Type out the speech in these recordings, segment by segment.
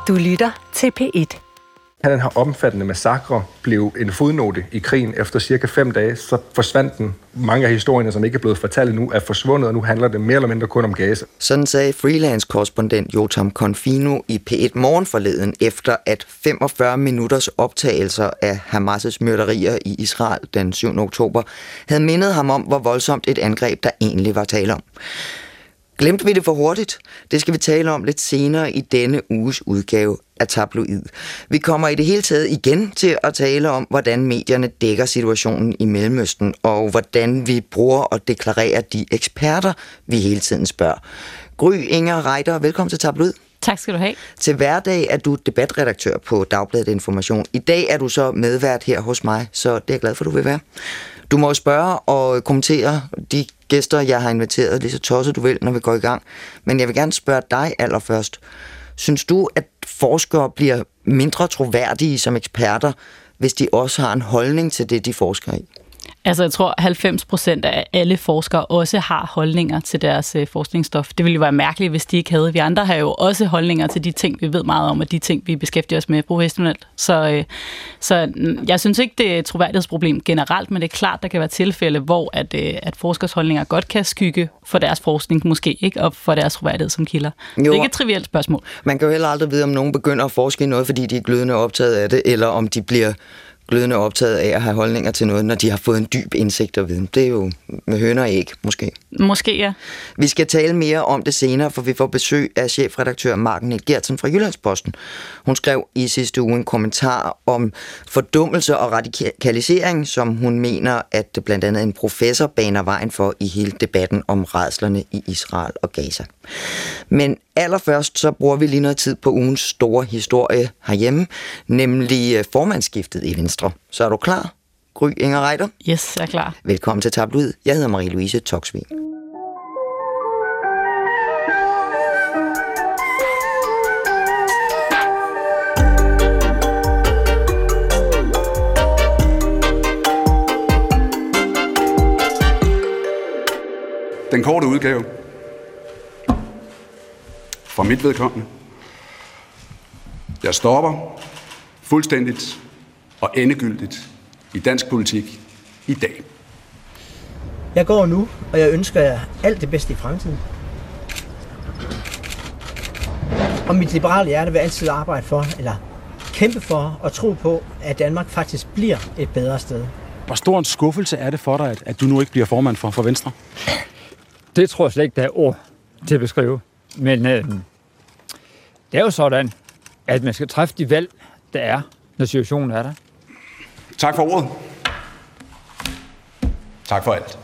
Du lytter til P1. Den her omfattende massakre blev en fodnote i krigen. Efter cirka 5 dage, så forsvandt den. Mange af historierne, som ikke er blevet fortalt endnu, er forsvundet, og nu handler det mere eller mindre kun om Gaza. Sådan sagde freelance-korrespondent Jotam Confino i P1 Morgen forleden, efter at 45 minutters optagelser af Hamas' myrderier i Israel den 7. oktober havde mindet ham om, hvor voldsomt et angreb der egentlig var tale om. Glemte vi det for hurtigt? Det skal vi tale om lidt senere i denne uges udgave af Tabloid. Vi kommer i det hele taget igen til at tale om, hvordan medierne dækker situationen i Mellemøsten, og hvordan vi bruger og deklarerer de eksperter, vi hele tiden spørger. Gry Inger Reiter, velkommen til Tabloid. Tak skal du have. Til hverdag er du debatredaktør på Dagbladet Information. I dag er du så medvært her hos mig, så det er jeg glad for, du vil være. Du må spørge og kommentere de gæster, jeg har inviteret, lige så tosset du vil, når vi går i gang. Men jeg vil gerne spørge dig allerførst. Synes du, at forskere bliver mindre troværdige som eksperter, hvis de også har en holdning til det, de forsker i? Altså, jeg tror, 90% af alle forskere også har holdninger til deres forskningsstof. Det ville jo være mærkeligt, hvis de ikke havde. Vi andre har jo også holdninger til de ting, vi ved meget om, og de ting, vi beskæftiger os med professionelt. Så jeg synes ikke, det er et troværdighedsproblem generelt, men det er klart, der kan være tilfælde, hvor at forskers holdninger godt kan skygge for deres forskning, måske ikke, og for deres troværdighed som kilder. Jo, det er ikke et trivielt spørgsmål. Man kan jo heller aldrig vide, om nogen begynder at forske i noget, fordi de er glødende optaget af det, eller om de bliver glødende optaget af at have holdninger til noget, når de har fået en dyb indsigt og viden. Det er jo med høner og æg, måske. Måske, ja. Vi skal tale mere om det senere, for vi får besøg af chefredaktør Margrethe Geertsen fra Jyllandsposten. Hun skrev i sidste uge en kommentar om fordummelse og radikalisering, som hun mener, at blandt andet en professor baner vejen for i hele debatten om rædslerne i Israel og Gaza. Men allerførst så bruger vi lige noget tid på ugens store historie herhjemme, nemlig formandsskiftet i Venstre. Så er du klar, Gry Inger Reiter? Yes, jeg er klar. Velkommen til Tabloid. Jeg hedder Marie-Louise Toksvig. Den korte udgave fra mit vedkommende. Jeg stopper fuldstændigt og endegyldigt i dansk politik i dag. Jeg går nu, og jeg ønsker jer alt det bedste i fremtiden. Og mit liberale hjerte vil altid arbejde for, eller kæmpe for og tro på, at Danmark faktisk bliver et bedre sted. Hvor stor en skuffelse er det for dig, at du nu ikke bliver formand for Venstre? Det tror jeg slet ikke, der er ord til at beskrive. Men det er jo sådan, at man skal træffe de valg, der er, når situationen er der. Tak for ordet. Tak for alt.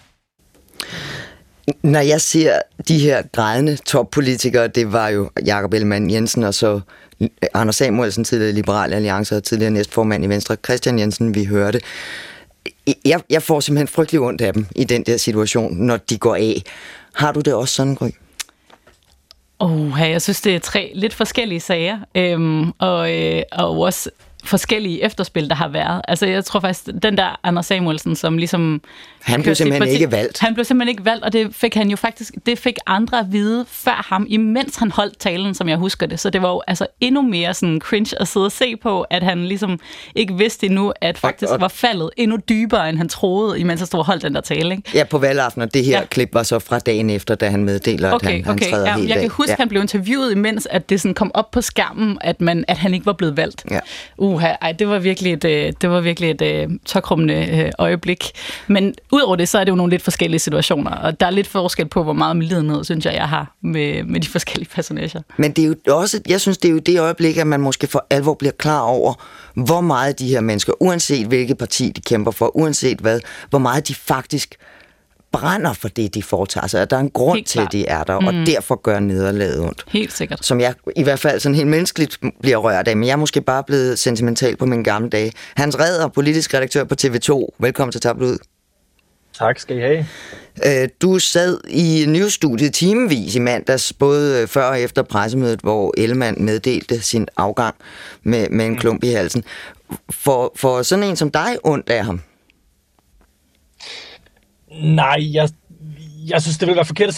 Når jeg ser de her grædende toppolitikere, det var jo Jakob Ellemann-Jensen og så Anders Samuelsen, tidligere Liberal Alliance og tidligere næstformand i Venstre, Kristian Jensen, vi hørte. Jeg får simpelthen frygtelig ondt af dem i den der situation, når de går af. Har du det også sådan, Gry? Jeg synes, det er 3 lidt forskellige sager, og også forskellige efterspil, der har været. Altså, jeg tror faktisk, den der Anders Samuelsen, som ligesom... Han blev simpelthen ikke valgt. Han blev simpelthen ikke valgt, og det fik han jo faktisk... Det fik andre at vide før ham, imens han holdt talen, som jeg husker det. Så det var jo altså endnu mere sådan cringe at sidde og se på, at han ligesom ikke vidste endnu, at faktisk var faldet endnu dybere, end han troede, imens han stod og holdt den der tale, ikke? Ja, på valgaften, og det her klip var så fra dagen efter, da han meddeler, at han træder helt af. Jeg kan huske, at han blev interviewet, imens at det sådan kom op på skærmen, at han ikke var blevet valgt. Ja. Det var virkelig et tørkrummende øjeblik. Men udover det, så er det jo nogle lidt forskellige situationer, og der er lidt forskel på, hvor meget medlidenhed, synes jeg har med de forskellige personager. Men det er jo også, jeg synes, det er jo det øjeblik, at man måske for alvor bliver klar over, hvor meget de her mennesker, uanset hvilket parti de kæmper for, uanset hvad, hvor meget de faktisk brænder for det, de foretager sig. At der er en grund til, at de er der, og derfor gør nederlaget ondt. Helt sikkert. Som jeg i hvert fald sådan helt menneskeligt bliver rørt af, men jeg er måske bare blevet sentimental på mine gamle dage. Hans Redder, politisk redaktør på TV2. Velkommen til Tabloid. Tak skal I have. Du sad i News-studiet timevis i mandags, både før og efter pressemødet, hvor Ellemann meddelte sin afgang med en klump i halsen. For sådan en som dig ondt af ham? Nej, jeg synes, det vil være forkert at sige, at jeg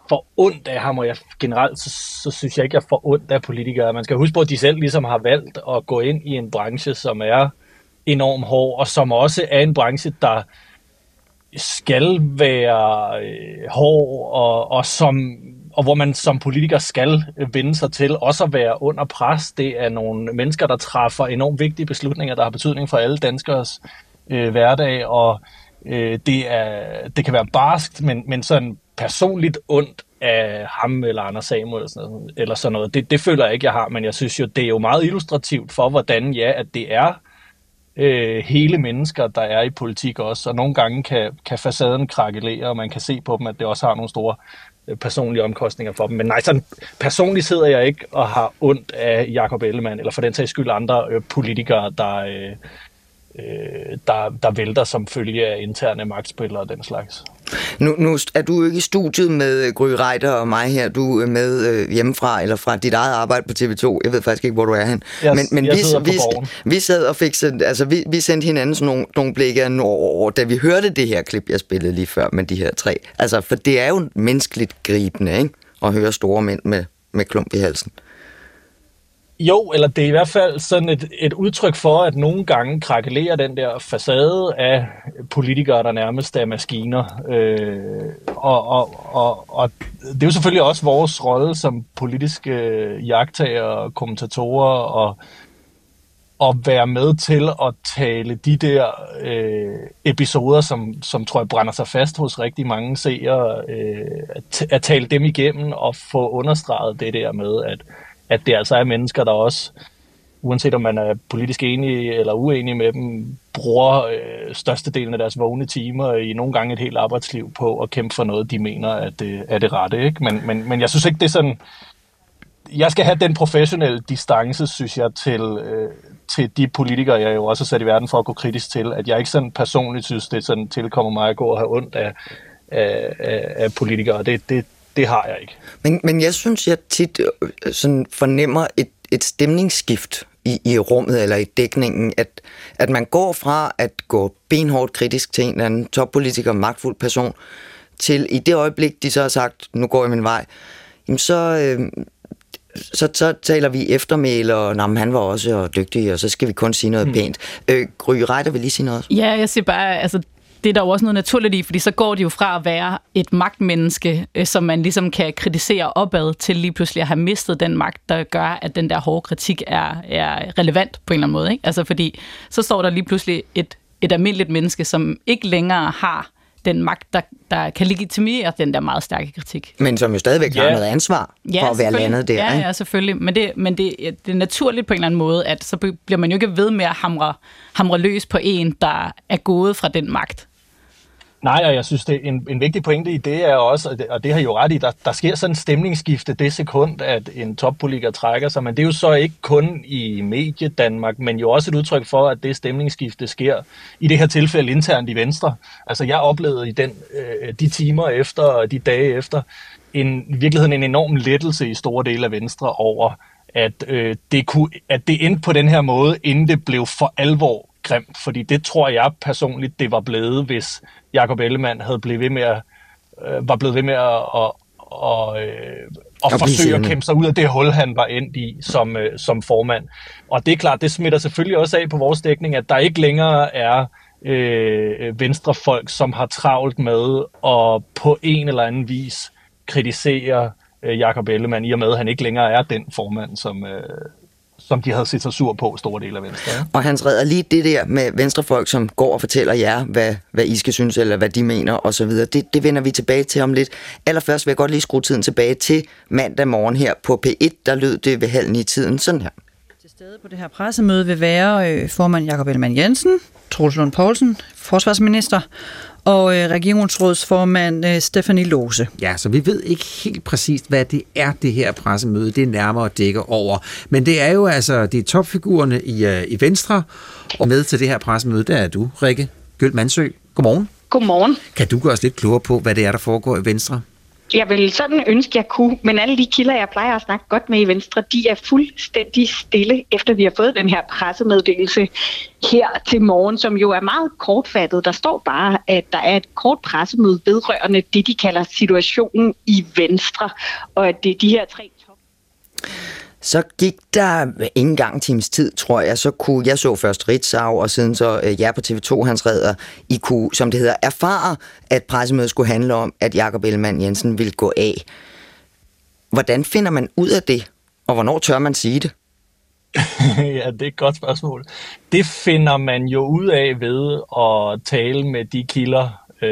for ondt af ham, og generelt så synes jeg ikke, jeg får ondt af politikere. Man skal huske på, at de selv ligesom har valgt at gå ind i en branche, som er enormt hård, og som også er en branche, der skal være hård, og hvor man som politiker skal vende sig til også at være under pres. Det er nogle mennesker, der træffer enormt vigtige beslutninger, der har betydning for alle danskers hverdag, og det kan være barskt, men sådan personligt ondt af ham eller Anders Samuelsen eller sådan noget. Det føler jeg ikke, jeg har, men jeg synes jo, det er jo meget illustrativt for, hvordan at det er hele mennesker, der er i politik også, og nogle gange kan facaden krakelere, og man kan se på dem, at det også har nogle store personlige omkostninger for dem. Men nej, sådan personligt sidder jeg ikke og har ondt af Jakob Ellemann, eller for den sags skyld andre politikere, der vælter som følge af interne magtspil og den slags. Nu er du ikke i studiet med Gry Reiter og mig her. Du er med hjemmefra, eller fra dit eget arbejde på TV2. Jeg ved faktisk ikke, hvor du er hen. Men vi sad og fik vi sendte hinanden sådan nogle blikke af Nord, da vi hørte det her klip, jeg spillede lige før med de her 3. Altså, for det er jo menneskeligt gribende, ikke? At høre store mænd med klump i halsen. Jo, eller det er i hvert fald sådan et udtryk for, at nogle gange krakelerer den der facade af politikere, der nærmest er maskiner. Og det er jo selvfølgelig også vores rolle som politiske iagttagere og kommentatorer at være med til at tale de der episoder, som tror jeg brænder sig fast hos rigtig mange seere, at tale dem igennem og få understreget det der med, at det altså er mennesker, der også, uanset om man er politisk enig eller uenig med dem, bruger størstedelen af deres vågne timer i nogle gange et helt arbejdsliv på at kæmpe for noget, de mener er det rette. Ikke? Men jeg synes ikke, det er sådan... Jeg skal have den professionelle distance, synes jeg, til de politikere, jeg jo også har sat i verden for at gå kritisk til, at jeg ikke sådan personligt synes, det sådan tilkommer mig at gå og have ondt af politikere. Det har jeg ikke. Men jeg synes, jeg tit sådan fornemmer et stemningsskift i rummet eller i dækningen, at man går fra at gå benhårdt kritisk til en eller anden toppolitiker, magtfuld person, til i det øjeblik, de så har sagt, nu går jeg min vej, jamen så taler vi eftermæle, og han var også dygtig, og så skal vi kun sige noget pænt. Gry Reiter vil lige sige noget. Ja, jeg siger bare, altså det er der jo også noget naturligt i, fordi så går det jo fra at være et magtmenneske, som man ligesom kan kritisere opad, til lige pludselig at have mistet den magt, der gør, at den der hårde kritik er relevant på en eller anden måde. Ikke? Altså fordi, så står der lige pludselig et almindeligt menneske, som ikke længere har den magt, der kan legitimere den der meget stærke kritik. Men som jo stadigvæk har noget ansvar for at være landet der. Ja, selvfølgelig. Men det er naturligt på en eller anden måde, at så bliver man jo ikke ved med at hamre løs på en, der er gået fra den magt. Nej, og jeg synes, det er en vigtig pointe i det er også, og det har jo ret i, der sker sådan en stemningsskifte det sekund, at en toppolitiker trækker sig, men det er jo så ikke kun i medie-Danmark, men jo også et udtryk for, at det stemningsskifte sker i det her tilfælde internt i Venstre. Altså jeg oplevede i de timer efter og de dage efter, i virkeligheden en enorm lettelse i store dele af Venstre over, at det endte på den her måde, inden det blev for alvor grimt, fordi det tror jeg personligt, det var blevet, hvis Jakob Ellemann havde var blevet ved med at forsøge at kæmpe sig ud af det hul, han var endt i som formand. Og det er klart, det smitter selvfølgelig også af på vores dækning, at der ikke længere er venstrefolk, som har travlt med at på en eller anden vis kritisere Jakob Ellemann, i og med, at han ikke længere er den formand, som de havde set sig sur på store dele af Venstre. Ja? Og Hans Redder, lige det der med venstrefolk, som går og fortæller jer, hvad I skal synes, eller hvad de mener, osv., det vender vi tilbage til om lidt. Allerførst vil jeg godt lige skrue tiden tilbage til mandag morgen her på P1, der lød det ved 8:30 sådan her. Til stede på det her pressemøde vil være formand Jakob Ellemann-Jensen, Troels Lund Poulsen, forsvarsminister, og regionsrådsformand Stephanie Lose. Ja, så vi ved ikke helt præcist, hvad det er, det her pressemøde, det er nærmere dækker over. Men det er jo altså, det er topfigurerne i Venstre, og med til det her pressemøde, der er du, Rikke Gølt Mansø. Godmorgen. Godmorgen. Kan du gøre os lidt klogere på, hvad det er, der foregår i Venstre? Jeg vil sådan ønske, jeg kunne, men alle de kilder, jeg plejer at snakke godt med i Venstre, de er fuldstændig stille, efter vi har fået den her pressemeddelelse her til morgen, som jo er meget kortfattet. Der står bare, at der er et kort pressemøde vedrørende det, de kalder situationen i Venstre, og at det er de her 3 top. Så gik der ikke engang en times tid, tror jeg. Jeg så først Ritzau, og siden så jer på TV2, Hans Redder, I kunne, som det hedder, erfare, at pressemødet skulle handle om, at Jakob Ellemann-Jensen ville gå af. Hvordan finder man ud af det, og hvornår tør man sige det? Ja, det er et godt spørgsmål. Det finder man jo ud af ved at tale med de kilder,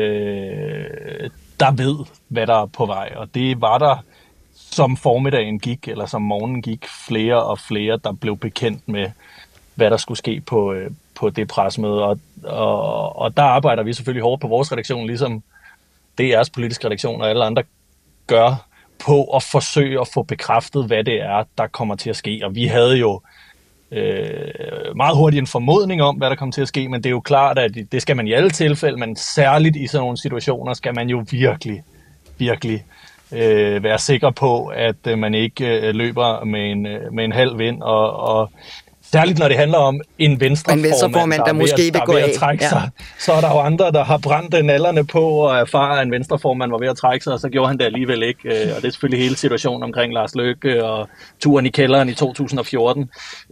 der ved, hvad der er på vej. Og det var der, som formiddagen gik, eller som morgenen gik, flere og flere, der blev bekendt med, hvad der skulle ske på det pressemøde. Og der arbejder vi selvfølgelig hårdt på vores redaktion, ligesom DR's politiske redaktion og alle andre gør, på at forsøge at få bekræftet, hvad det er, der kommer til at ske. Og vi havde jo meget hurtigt en formodning om, hvad der kommer til at ske, men det er jo klart, at det skal man i alle tilfælde, men særligt i sådan nogle situationer, skal man jo virkelig være sikker på, at man ikke løber med en halv vind, og særligt når det handler om en venstreformand, der måske vil gå af, trække sig, så er der jo andre, der har brændt nallerne på og erfare, at en venstreformand var ved at trække sig, og så gjorde han det alligevel ikke. Og det er selvfølgelig hele situationen omkring Lars Løkke og turen i kælderen i 2014.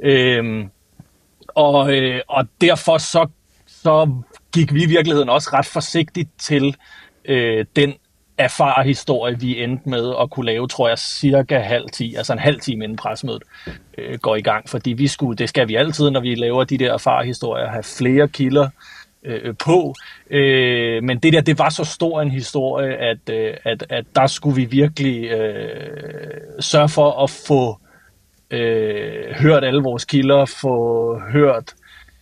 Og derfor så gik vi i virkeligheden også ret forsigtigt til den erfarehistorie, vi endte med at kunne lave, tror jeg, cirka en halv time inden pressemødet går i gang, fordi det skal vi altid, når vi laver de der erfarehistorier, have flere kilder på, men det var så stor en historie, at der skulle vi virkelig sørge for at få hørt alle vores kilder, få hørt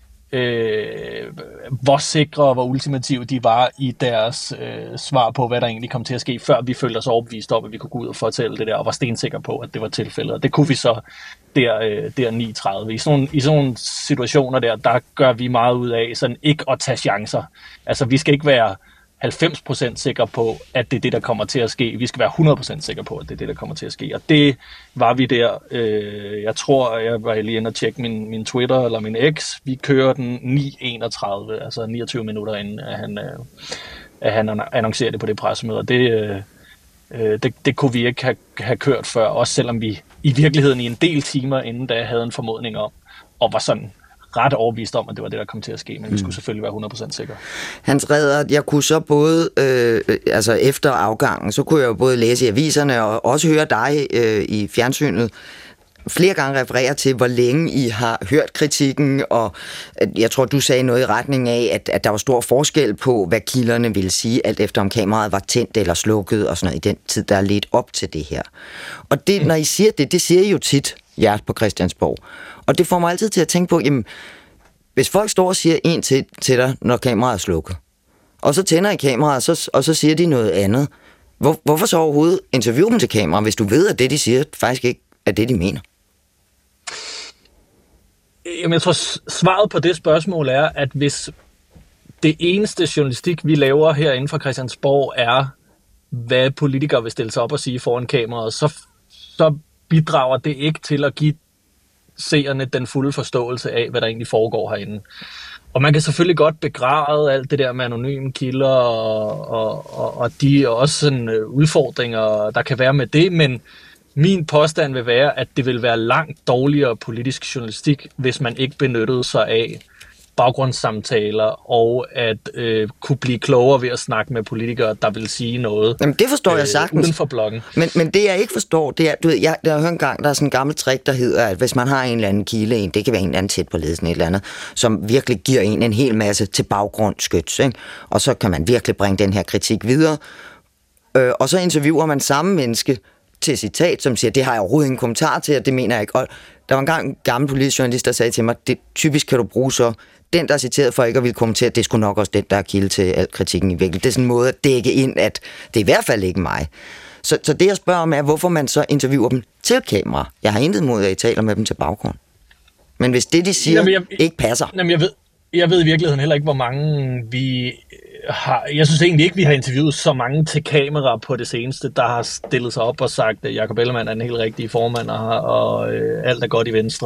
hvor sikre og hvor ultimative de var i deres svar på, hvad der egentlig kom til at ske, før vi følte os overbevist om, at vi kunne gå ud og fortælle det der, og var stensikre på, at det var tilfældet. Og det kunne vi så der 9:30. I sådan nogle situationer der gør vi meget ud af sådan ikke at tage chancer. Altså, vi skal ikke være 90% sikre på, at det er det, der kommer til at ske. Vi skal være 100% sikre på, at det er det, der kommer til at ske. Og det var vi der. Jeg tror, jeg var lige inde og tjekke min Twitter eller min X. Vi kører den 9:31, altså 29 minutter inden, at han annoncerede det på det pressemøde. Og det kunne vi ikke have kørt før, også selvom vi i virkeligheden i en del timer inden da havde en formodning om, og var sådan ret overbevist om, at det var det, der kom til at ske, men vi skulle selvfølgelig være 100% sikre. Hans Redder, jeg kunne så både, efter afgangen, så kunne jeg jo både læse i aviserne og også høre dig i fjernsynet flere gange referere til, hvor længe I har hørt kritikken, og jeg tror, du sagde noget i retning af, at der var stor forskel på, hvad kilderne ville sige, alt efter om kameraet var tændt eller slukket, og sådan noget, i den tid, der er ledt op til det her. Og det, når I siger det siger I jo tit, jer på Christiansborg. Og det får mig altid til at tænke på, jamen, hvis folk står og siger en til dig, når kameraet er slukket, og så tænder I kameraet, og så siger de noget andet, hvorfor så overhovedet interviewe dem til kamera, hvis du ved, at det, de siger, faktisk ikke er det, de mener? Jamen, jeg tror, svaret på det spørgsmål er, at hvis det eneste journalistik, vi laver herinde fra Christiansborg, er, hvad politikere vil stille sig op og sige foran kameraet, så bidrager det ikke til at give seerne den fulde forståelse af, hvad der egentlig foregår herinde. Og man kan selvfølgelig godt begræde alt det der med anonyme kilder, og de er også sådan udfordringer, der kan være med det, men min påstand vil være, at det vil være langt dårligere politisk journalistik, hvis man ikke benyttede sig af baggrundssamtaler og at kunne blive klogere ved at snakke med politikere, der vil sige noget. Jamen, det forstår jeg sagtens. Uden for bloggen. Men det jeg ikke forstår, det er, du ved, jeg har hørt engang, der er sådan en gammel trick, der hedder, at hvis man har en eller anden kilde, det kan være en eller anden tæt på ledelsen et eller andet, som virkelig giver en hel masse til baggrundsskyts, ikke? Og så kan man virkelig bringe den her kritik videre. Og så interviewer man samme menneske til citat, som siger, det har jeg overhovedet ingen kommentar til, og det mener jeg ikke. Og der var engang en gammel politisk journalist, der sagde til mig, det typisk kan du bruge så, den, der er citeret for ikke at ville kommentere, det er sgu nok også den, der er kilde til al kritikken i virkeligheden. Det er sådan en måde at dække ind, at det er i hvert fald ikke mig. Så det, jeg spørger om, er, hvorfor man så interviewer dem til kamera. Jeg har intet mod, at I taler med dem til baggrund. Men hvis det, de siger, ikke passer. Jeg ved i virkeligheden heller ikke, hvor mange vi har. Jeg synes egentlig ikke, vi har interviewet så mange til kamera på det seneste, der har stillet sig op og sagt, at Jakob Ellemann er den helt rigtige formand, og alt er godt i Venstre,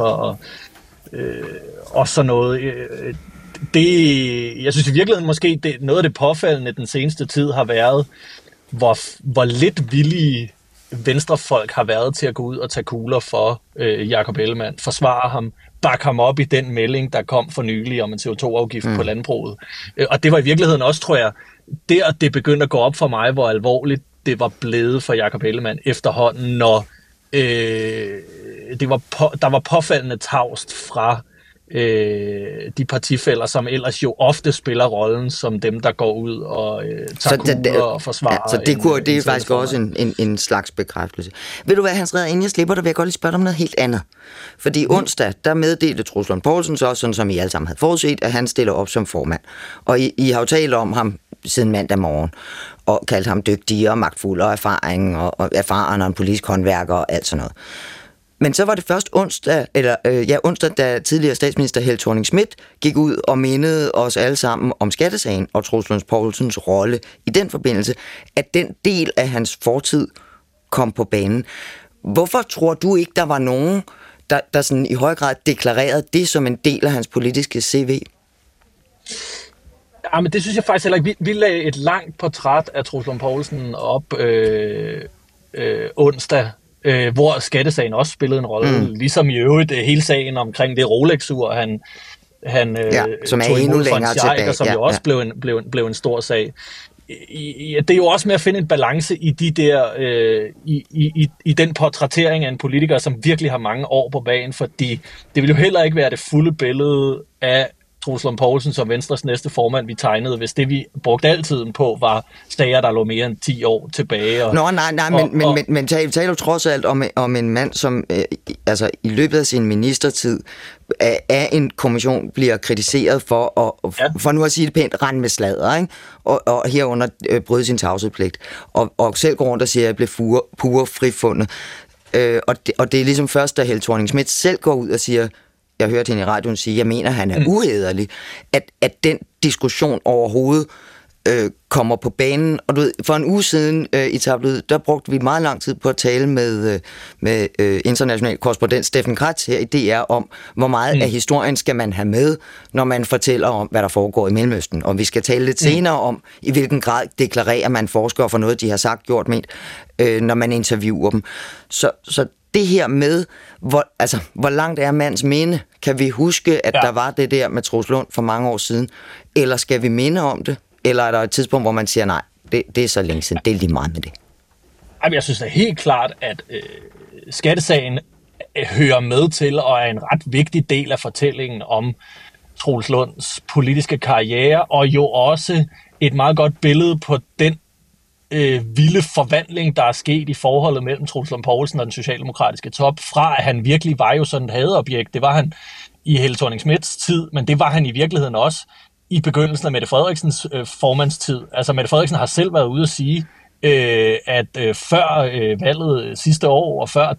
og sådan noget. Jeg synes i virkeligheden måske, noget af det påfaldende den seneste tid har været, hvor lidt villige venstrefolk har været til at gå ud og tage kugler for Jakob Ellemann, forsvare ham, bakke ham op i den melding, der kom for nylig om en CO2-afgift på landbruget. Og det var i virkeligheden også, tror jeg, det begyndte at gå op for mig, hvor alvorligt det var blevet for Jakob Ellemann efterhånden, når der var påfaldende tavst fra de partifæller, som ellers jo ofte spiller rollen som dem, der går ud og tager kugler og forsvarer. Ja, så det er faktisk også en slags bekræftelse. Ved du hvad, Hans Redder, inden jeg slipper dig, vil jeg godt lige spørge dig om noget helt andet. Fordi onsdag, der meddelte Troels Lund Poulsen så, sådan som I alle sammen havde forudset, at han stiller op som formand. Og I har jo talt om ham siden mandag morgen, og kaldt ham dygtig og magtfuld og erfaren og en politisk håndværker og alt sådan noget. Men så var det først onsdag, da tidligere statsminister Helle Thorning-Schmidt gik ud og mindede os alle sammen om skattesagen og Troels Lund Poulsens rolle i den forbindelse, at den del af hans fortid kom på banen. Hvorfor tror du ikke, der var nogen, der sådan i høj grad deklarerede det som en del af hans politiske CV? Ja, men det synes jeg faktisk heller ikke. Vi lagde et langt portræt af Troels Lund Poulsen op onsdag, hvor skattesagen også spillede en rolle, ligesom i øvrigt hele sagen omkring det Rolex-ur, han som tog endnu længere tilbage, som jo også blev en stor sag. Det er jo også med at finde en balance i de der i den portrættering af en politiker, som virkelig har mange år på banen, fordi det vil jo heller ikke være det fulde billede af Troels Lund Poulsen som Venstres næste formand, vi tegnede, hvis det, vi brugte altiden på, var sager, der lå mere end 10 år tilbage. Men taler jo trods alt om en mand, som i løbet af sin ministertid af en kommission bliver kritiseret for nu at sige det pænt, rende med sladder, ikke? Og herunder bryde sin tavshedspligt. Og selv går rundt og siger, at jeg blev pure frifundet. Og det er ligesom først, da Helle Thorning-Schmidt selv går ud og siger, jeg hørte hende i radioen sige, jeg mener, han er uhæderlig, at den diskussion overhovedet kommer på banen. Og du ved, for en uge siden i Tabloid, der brugte vi meget lang tid på at tale med international korrespondent Steffen Kretz her i DR om, hvor meget af historien skal man have med, når man fortæller om, hvad der foregår i Mellemøsten. Og vi skal tale lidt senere om, i hvilken grad deklarerer man forskere for noget, de har sagt, gjort, ment, når man interviewer dem. Så det her med, hvor langt er mands minde? Kan vi huske, at der var det der med Troels Lund for mange år siden? Eller skal vi minde om det? Eller er der et tidspunkt, hvor man siger, nej, det er så længe siden, det er lige meget med det? Jeg synes da helt klart, at skattesagen hører med til og er en ret vigtig del af fortællingen om Troels Lunds politiske karriere, og jo også et meget godt billede på den vilde forvandling, der er sket i forholdet mellem Troels Lund Poulsen og den socialdemokratiske top, fra at han virkelig var jo sådan et hadeobjekt. Det var han i Helle Thorning-Schmidts tid, men det var han i virkeligheden også i begyndelsen af Mette Frederiksens formandstid. Altså Mette Frederiksen har selv været ude at sige, at før valget sidste år, og før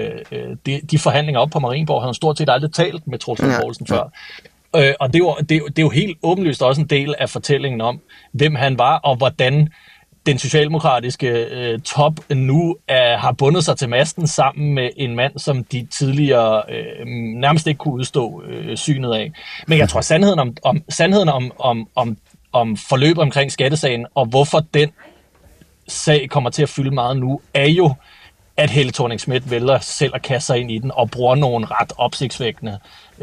de forhandlinger op på Marienborg, havde han stort set aldrig talt med Troels Lund Poulsen før. Og det er jo helt åbenlyst også en del af fortællingen om, hvem han var, og hvordan den socialdemokratiske top nu har bundet sig til masten sammen med en mand, som de tidligere nærmest ikke kunne udstå synet af. Men jeg tror, sandheden om forløbet omkring skattesagen, og hvorfor den sag kommer til at fylde meget nu, er jo, at Helle Thorning-Schmidt vælger selv at kaste sig ind i den og bruger nogle ret opsigtsvækkende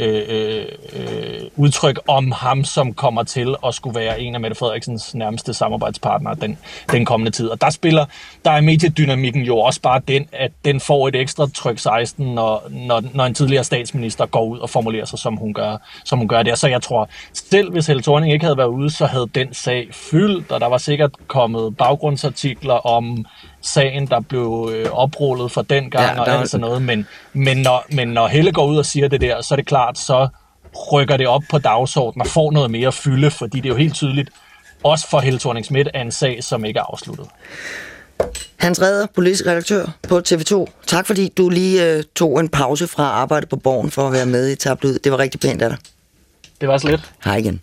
udtryk om ham, som kommer til at skulle være en af Mette Frederiksens nærmeste samarbejdspartnere den kommende tid. Og der er mediedynamikken jo også bare den, at den får et ekstra tryk 16, når en tidligere statsminister går ud og formulerer sig, som hun gør der. Så jeg tror, selv hvis Helle Thorning ikke havde været ude, så havde den sag fyldt, og der var sikkert kommet baggrundsartikler om sagen, der blev oprullet for den gang og alt sådan noget. Men når Helle går ud og siger det der, så er det klart, så rykker det op på dagsordenen og får noget mere fylde, fordi det er jo helt tydeligt, også for Helle Thorning-Schmidt, er en sag, som ikke er afsluttet. Hans Redder, politisk redaktør på TV2. Tak fordi du lige tog en pause fra arbejde på Borgen for at være med i Tabloid. Det var rigtig pænt af dig. Det var så lidt. Hej igen.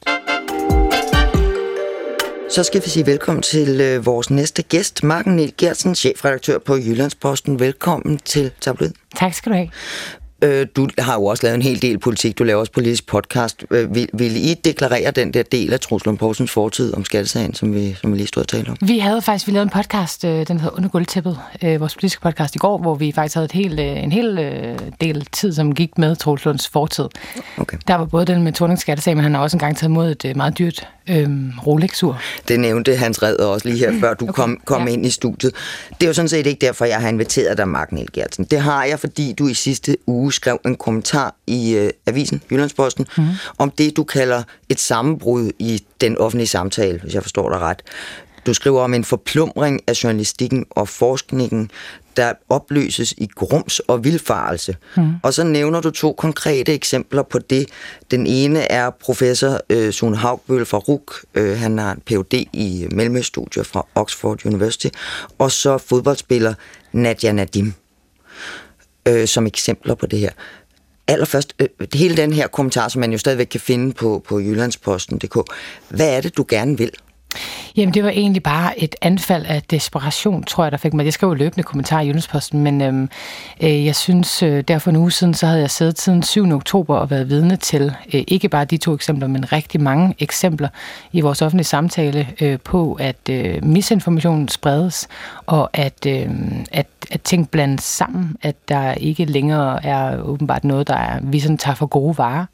Så skal vi sige velkommen til vores næste gæst, Marken Niel Geertsen, chefredaktør på Jyllandsposten. Velkommen til Tabloid. Tak skal du have. Du har jo også lavet en hel del politik. Du laver også politisk podcast. Vil I deklarere den der del af Troels Lund Poulsens fortid om skattesagen, som vi lige stod og talte om? Vi lavede en podcast, den hedder Under gulvtæppet, vores politiske podcast i går, hvor vi faktisk havde en hel del tid, som gik med Troels Lunds fortid. Okay. Der var både den med Thornings skattesag, men han har også engang taget imod et meget dyrt Rolex-ur. Det nævnte Hans Redder også lige her, før du kom ind i studiet. Det er jo sådan set ikke derfor, jeg har inviteret dig, Marken Niel Geertsen. Det har jeg, fordi du i sidste uge skrev en kommentar i avisen Jyllandsposten om det, du kalder et sammenbrud i den offentlige samtale, hvis jeg forstår dig ret. Du skriver om en forplumring af journalistikken og forskningen, der opløses i grums og vildfarelse. Og så nævner du 2 konkrete eksempler på det. Den ene er professor Sune Haugbøll fra RUC. Han har en Ph.D. i mellemøststudier fra Oxford University. Og så fodboldspiller Nadia Nadim som eksempler på det her. Allerførst, hele den her kommentar, som man jo stadigvæk kan finde på Jyllandsposten.dk. Hvad er det, du gerne vil? Jamen, det var egentlig bare et anfald af desperation, tror jeg, der fik mig. Jeg skrev jo løbende kommentarer i Jyllandsposten, men jeg synes, der for en uge siden, så havde jeg siddet siden 7. oktober og været vidne til ikke bare de 2 eksempler, men rigtig mange eksempler i vores offentlige samtale på, at misinformationen spredes, og at ting blandes sammen, at der ikke længere er åbenbart noget, vi sådan tager for gode varer.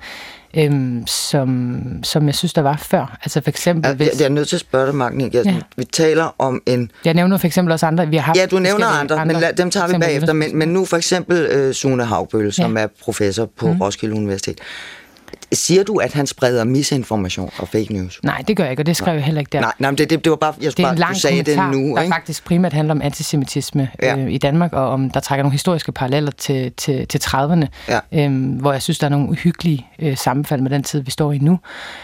Som jeg synes, der var før. Altså for eksempel... Jeg er nødt til at spørge dig, Marken. Vi taler om en... Jeg nævner for eksempel også andre. Vi har haft du nævner andre, men dem tager vi bagefter. Men nu for eksempel Sune Haugbøll, som er professor på Roskilde Universitet. Siger du, at han spreder misinformation og fake news? Nej, det gør jeg ikke, og det skrev jeg heller ikke der. Nej, men det var bare, du sagde det nu, der faktisk primært handler om antisemitisme i Danmark, og om der trækker nogle historiske paralleller til 30'erne, hvor jeg synes, der er nogle uhyggelige sammenfald med den tid, vi står i nu.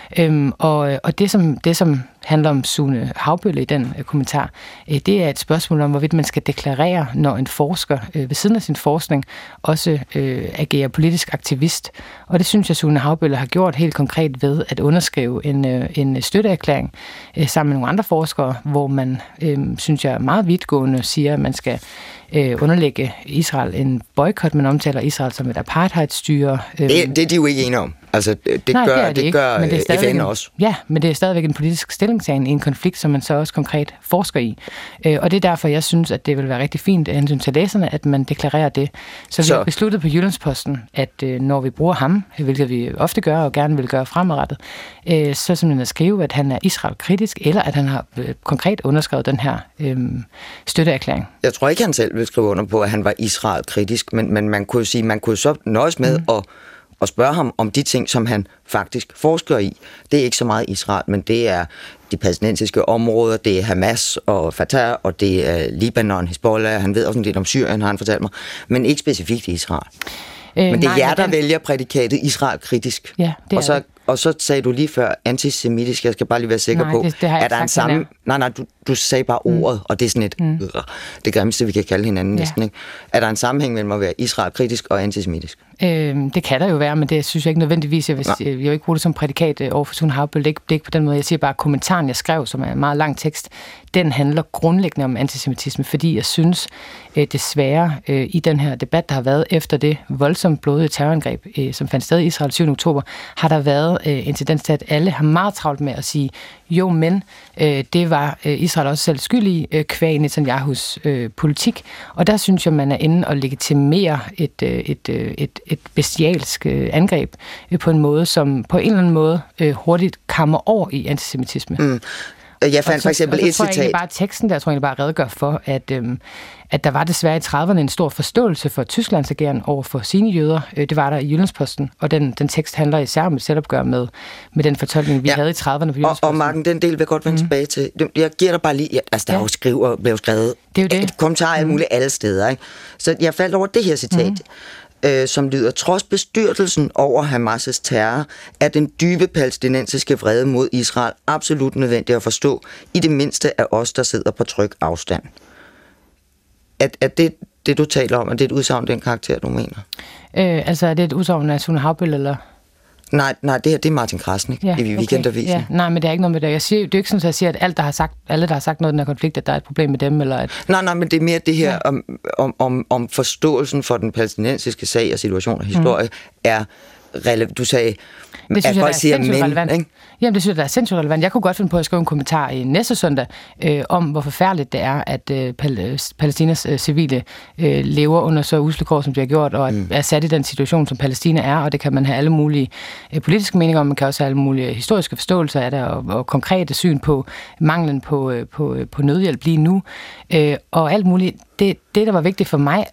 Og det, som handler om Sune Haugbøll i den kommentar, det er et spørgsmål om, hvorvidt man skal deklarere, når en forsker ved siden af sin forskning også agerer politisk aktivist. Og det synes jeg, Sune Haugbøll har gjort helt konkret ved at underskrive en støtteerklæring sammen med nogle andre forskere, hvor man, synes jeg, meget vidtgående siger, at man skal underlægge Israel en boykot, man omtaler Israel som et apartheidstyre. Det er de jo ikke enige om. Altså, det gør FN også. Ja, men det er stadigvæk en politisk stillingtagen i en konflikt, som man så også konkret forsker i. Og det er derfor, jeg synes, at det vil være rigtig fint af hensyn til læserne, at man deklarerer det. Så vi har besluttet på Jyllandsposten, at når vi bruger ham, hvilket vi ofte gør og gerne vil gøre fremadrettet, så simpelthen at skrive, at han er Israel-kritisk, eller at han har konkret underskrevet den her støtteerklæring. Jeg tror ikke, han selv vil skrive under på, at han var Israel-kritisk, men man kunne sige, man kunne så nøjes med at spørge ham om de ting, som han faktisk forsker i. Det er ikke så meget Israel, men det er de palæstinensiske områder, det er Hamas og Fatah, og det er Libanon, Hezbollah, han ved også en del om Syrien, har han fortalt mig, men ikke specifikt Israel. Men det er jer, der vælger prædikatet Israel-kritisk. Ja, det er og så sagde du lige før antisemitisk, jeg skal bare lige være sikker på, er der en sammen... Nej, du sagde bare ordet, og det er sådan et... Det grimmeste, vi kan kalde hinanden næsten, ikke? Er der en sammenhæng mellem at være Israel-kritisk og antisemitisk? Det kan der jo være, men det synes jeg ikke nødvendigvis. Jeg vil jo ikke bruge det som prædikat over for Sune Haugbøll. Det er ikke på den måde. Jeg siger bare, at kommentaren, jeg skrev, som er en meget lang tekst, den handler grundlæggende om antisemitisme, fordi jeg synes desværre i den her debat, der har været efter det voldsomt blodige terrorangreb, som fandt sted i Israel 7. oktober, har der været en tendens til, at alle har meget travlt med at sige, jo, men det var Israel også selv skyld i kvæg Netanyahus politik, og der synes jeg, man er inde og legitimere et bestialsk angreb på en måde, som på en eller anden måde hurtigt kammer over i antisemitisme. Jeg fandt for eksempel et citat. Jeg bare teksten der, tror jeg bare redegør for, at der var desværre i 30'erne en stor forståelse for Tysklands ageren over for sine jøder. Det var der i Jyllandsposten, og den tekst handler især om et selvopgør med den fortolkning, vi havde i 30'erne på Jyllandsposten. Og Marken, den del vil jeg godt vende tilbage til. Jeg giver dig bare lige... Altså, der blev skrevet et kommentar alt muligt alle steder, ikke? Så jeg faldt over det her citat. Som lyder, trods bestyrtelsen over Hamas' terror, er den dybe palæstinensiske vrede mod Israel absolut nødvendig at forstå, i det mindste af os, der sidder på tryg afstand. Er det, du taler om, er det et udsagn, den karakter, du mener? Altså, er det et udsagn af Sune Haugbøll, eller? Nej, det her det er Martin Krasnik i Weekendavisen. Ja. Nej, men det er ikke noget med det. Jeg siger, det er ikke sådan, at jeg siger, at alle, der har sagt noget i den her konflikt, at der er et problem med dem. Eller at... Nej, men det er mere det her om forståelsen for den palæstinensiske sag og situation og historie er relevant. Du sagde, det synes at folk siger relevant. Ikke? Jamen, det synes jeg, der er sindssygt relevant. Jeg kunne godt finde på at skrive en kommentar i næste søndag om, hvor forfærdeligt det er, at Palæstinas civile lever under så usle kår, som de har gjort, og er sat i den situation, som Palæstina er, og det kan man have alle mulige politiske meninger om, man kan også have alle mulige historiske forståelser af det, og konkrete syn på manglen på nødhjælp lige nu, og alt muligt. Det, der var vigtigt for mig,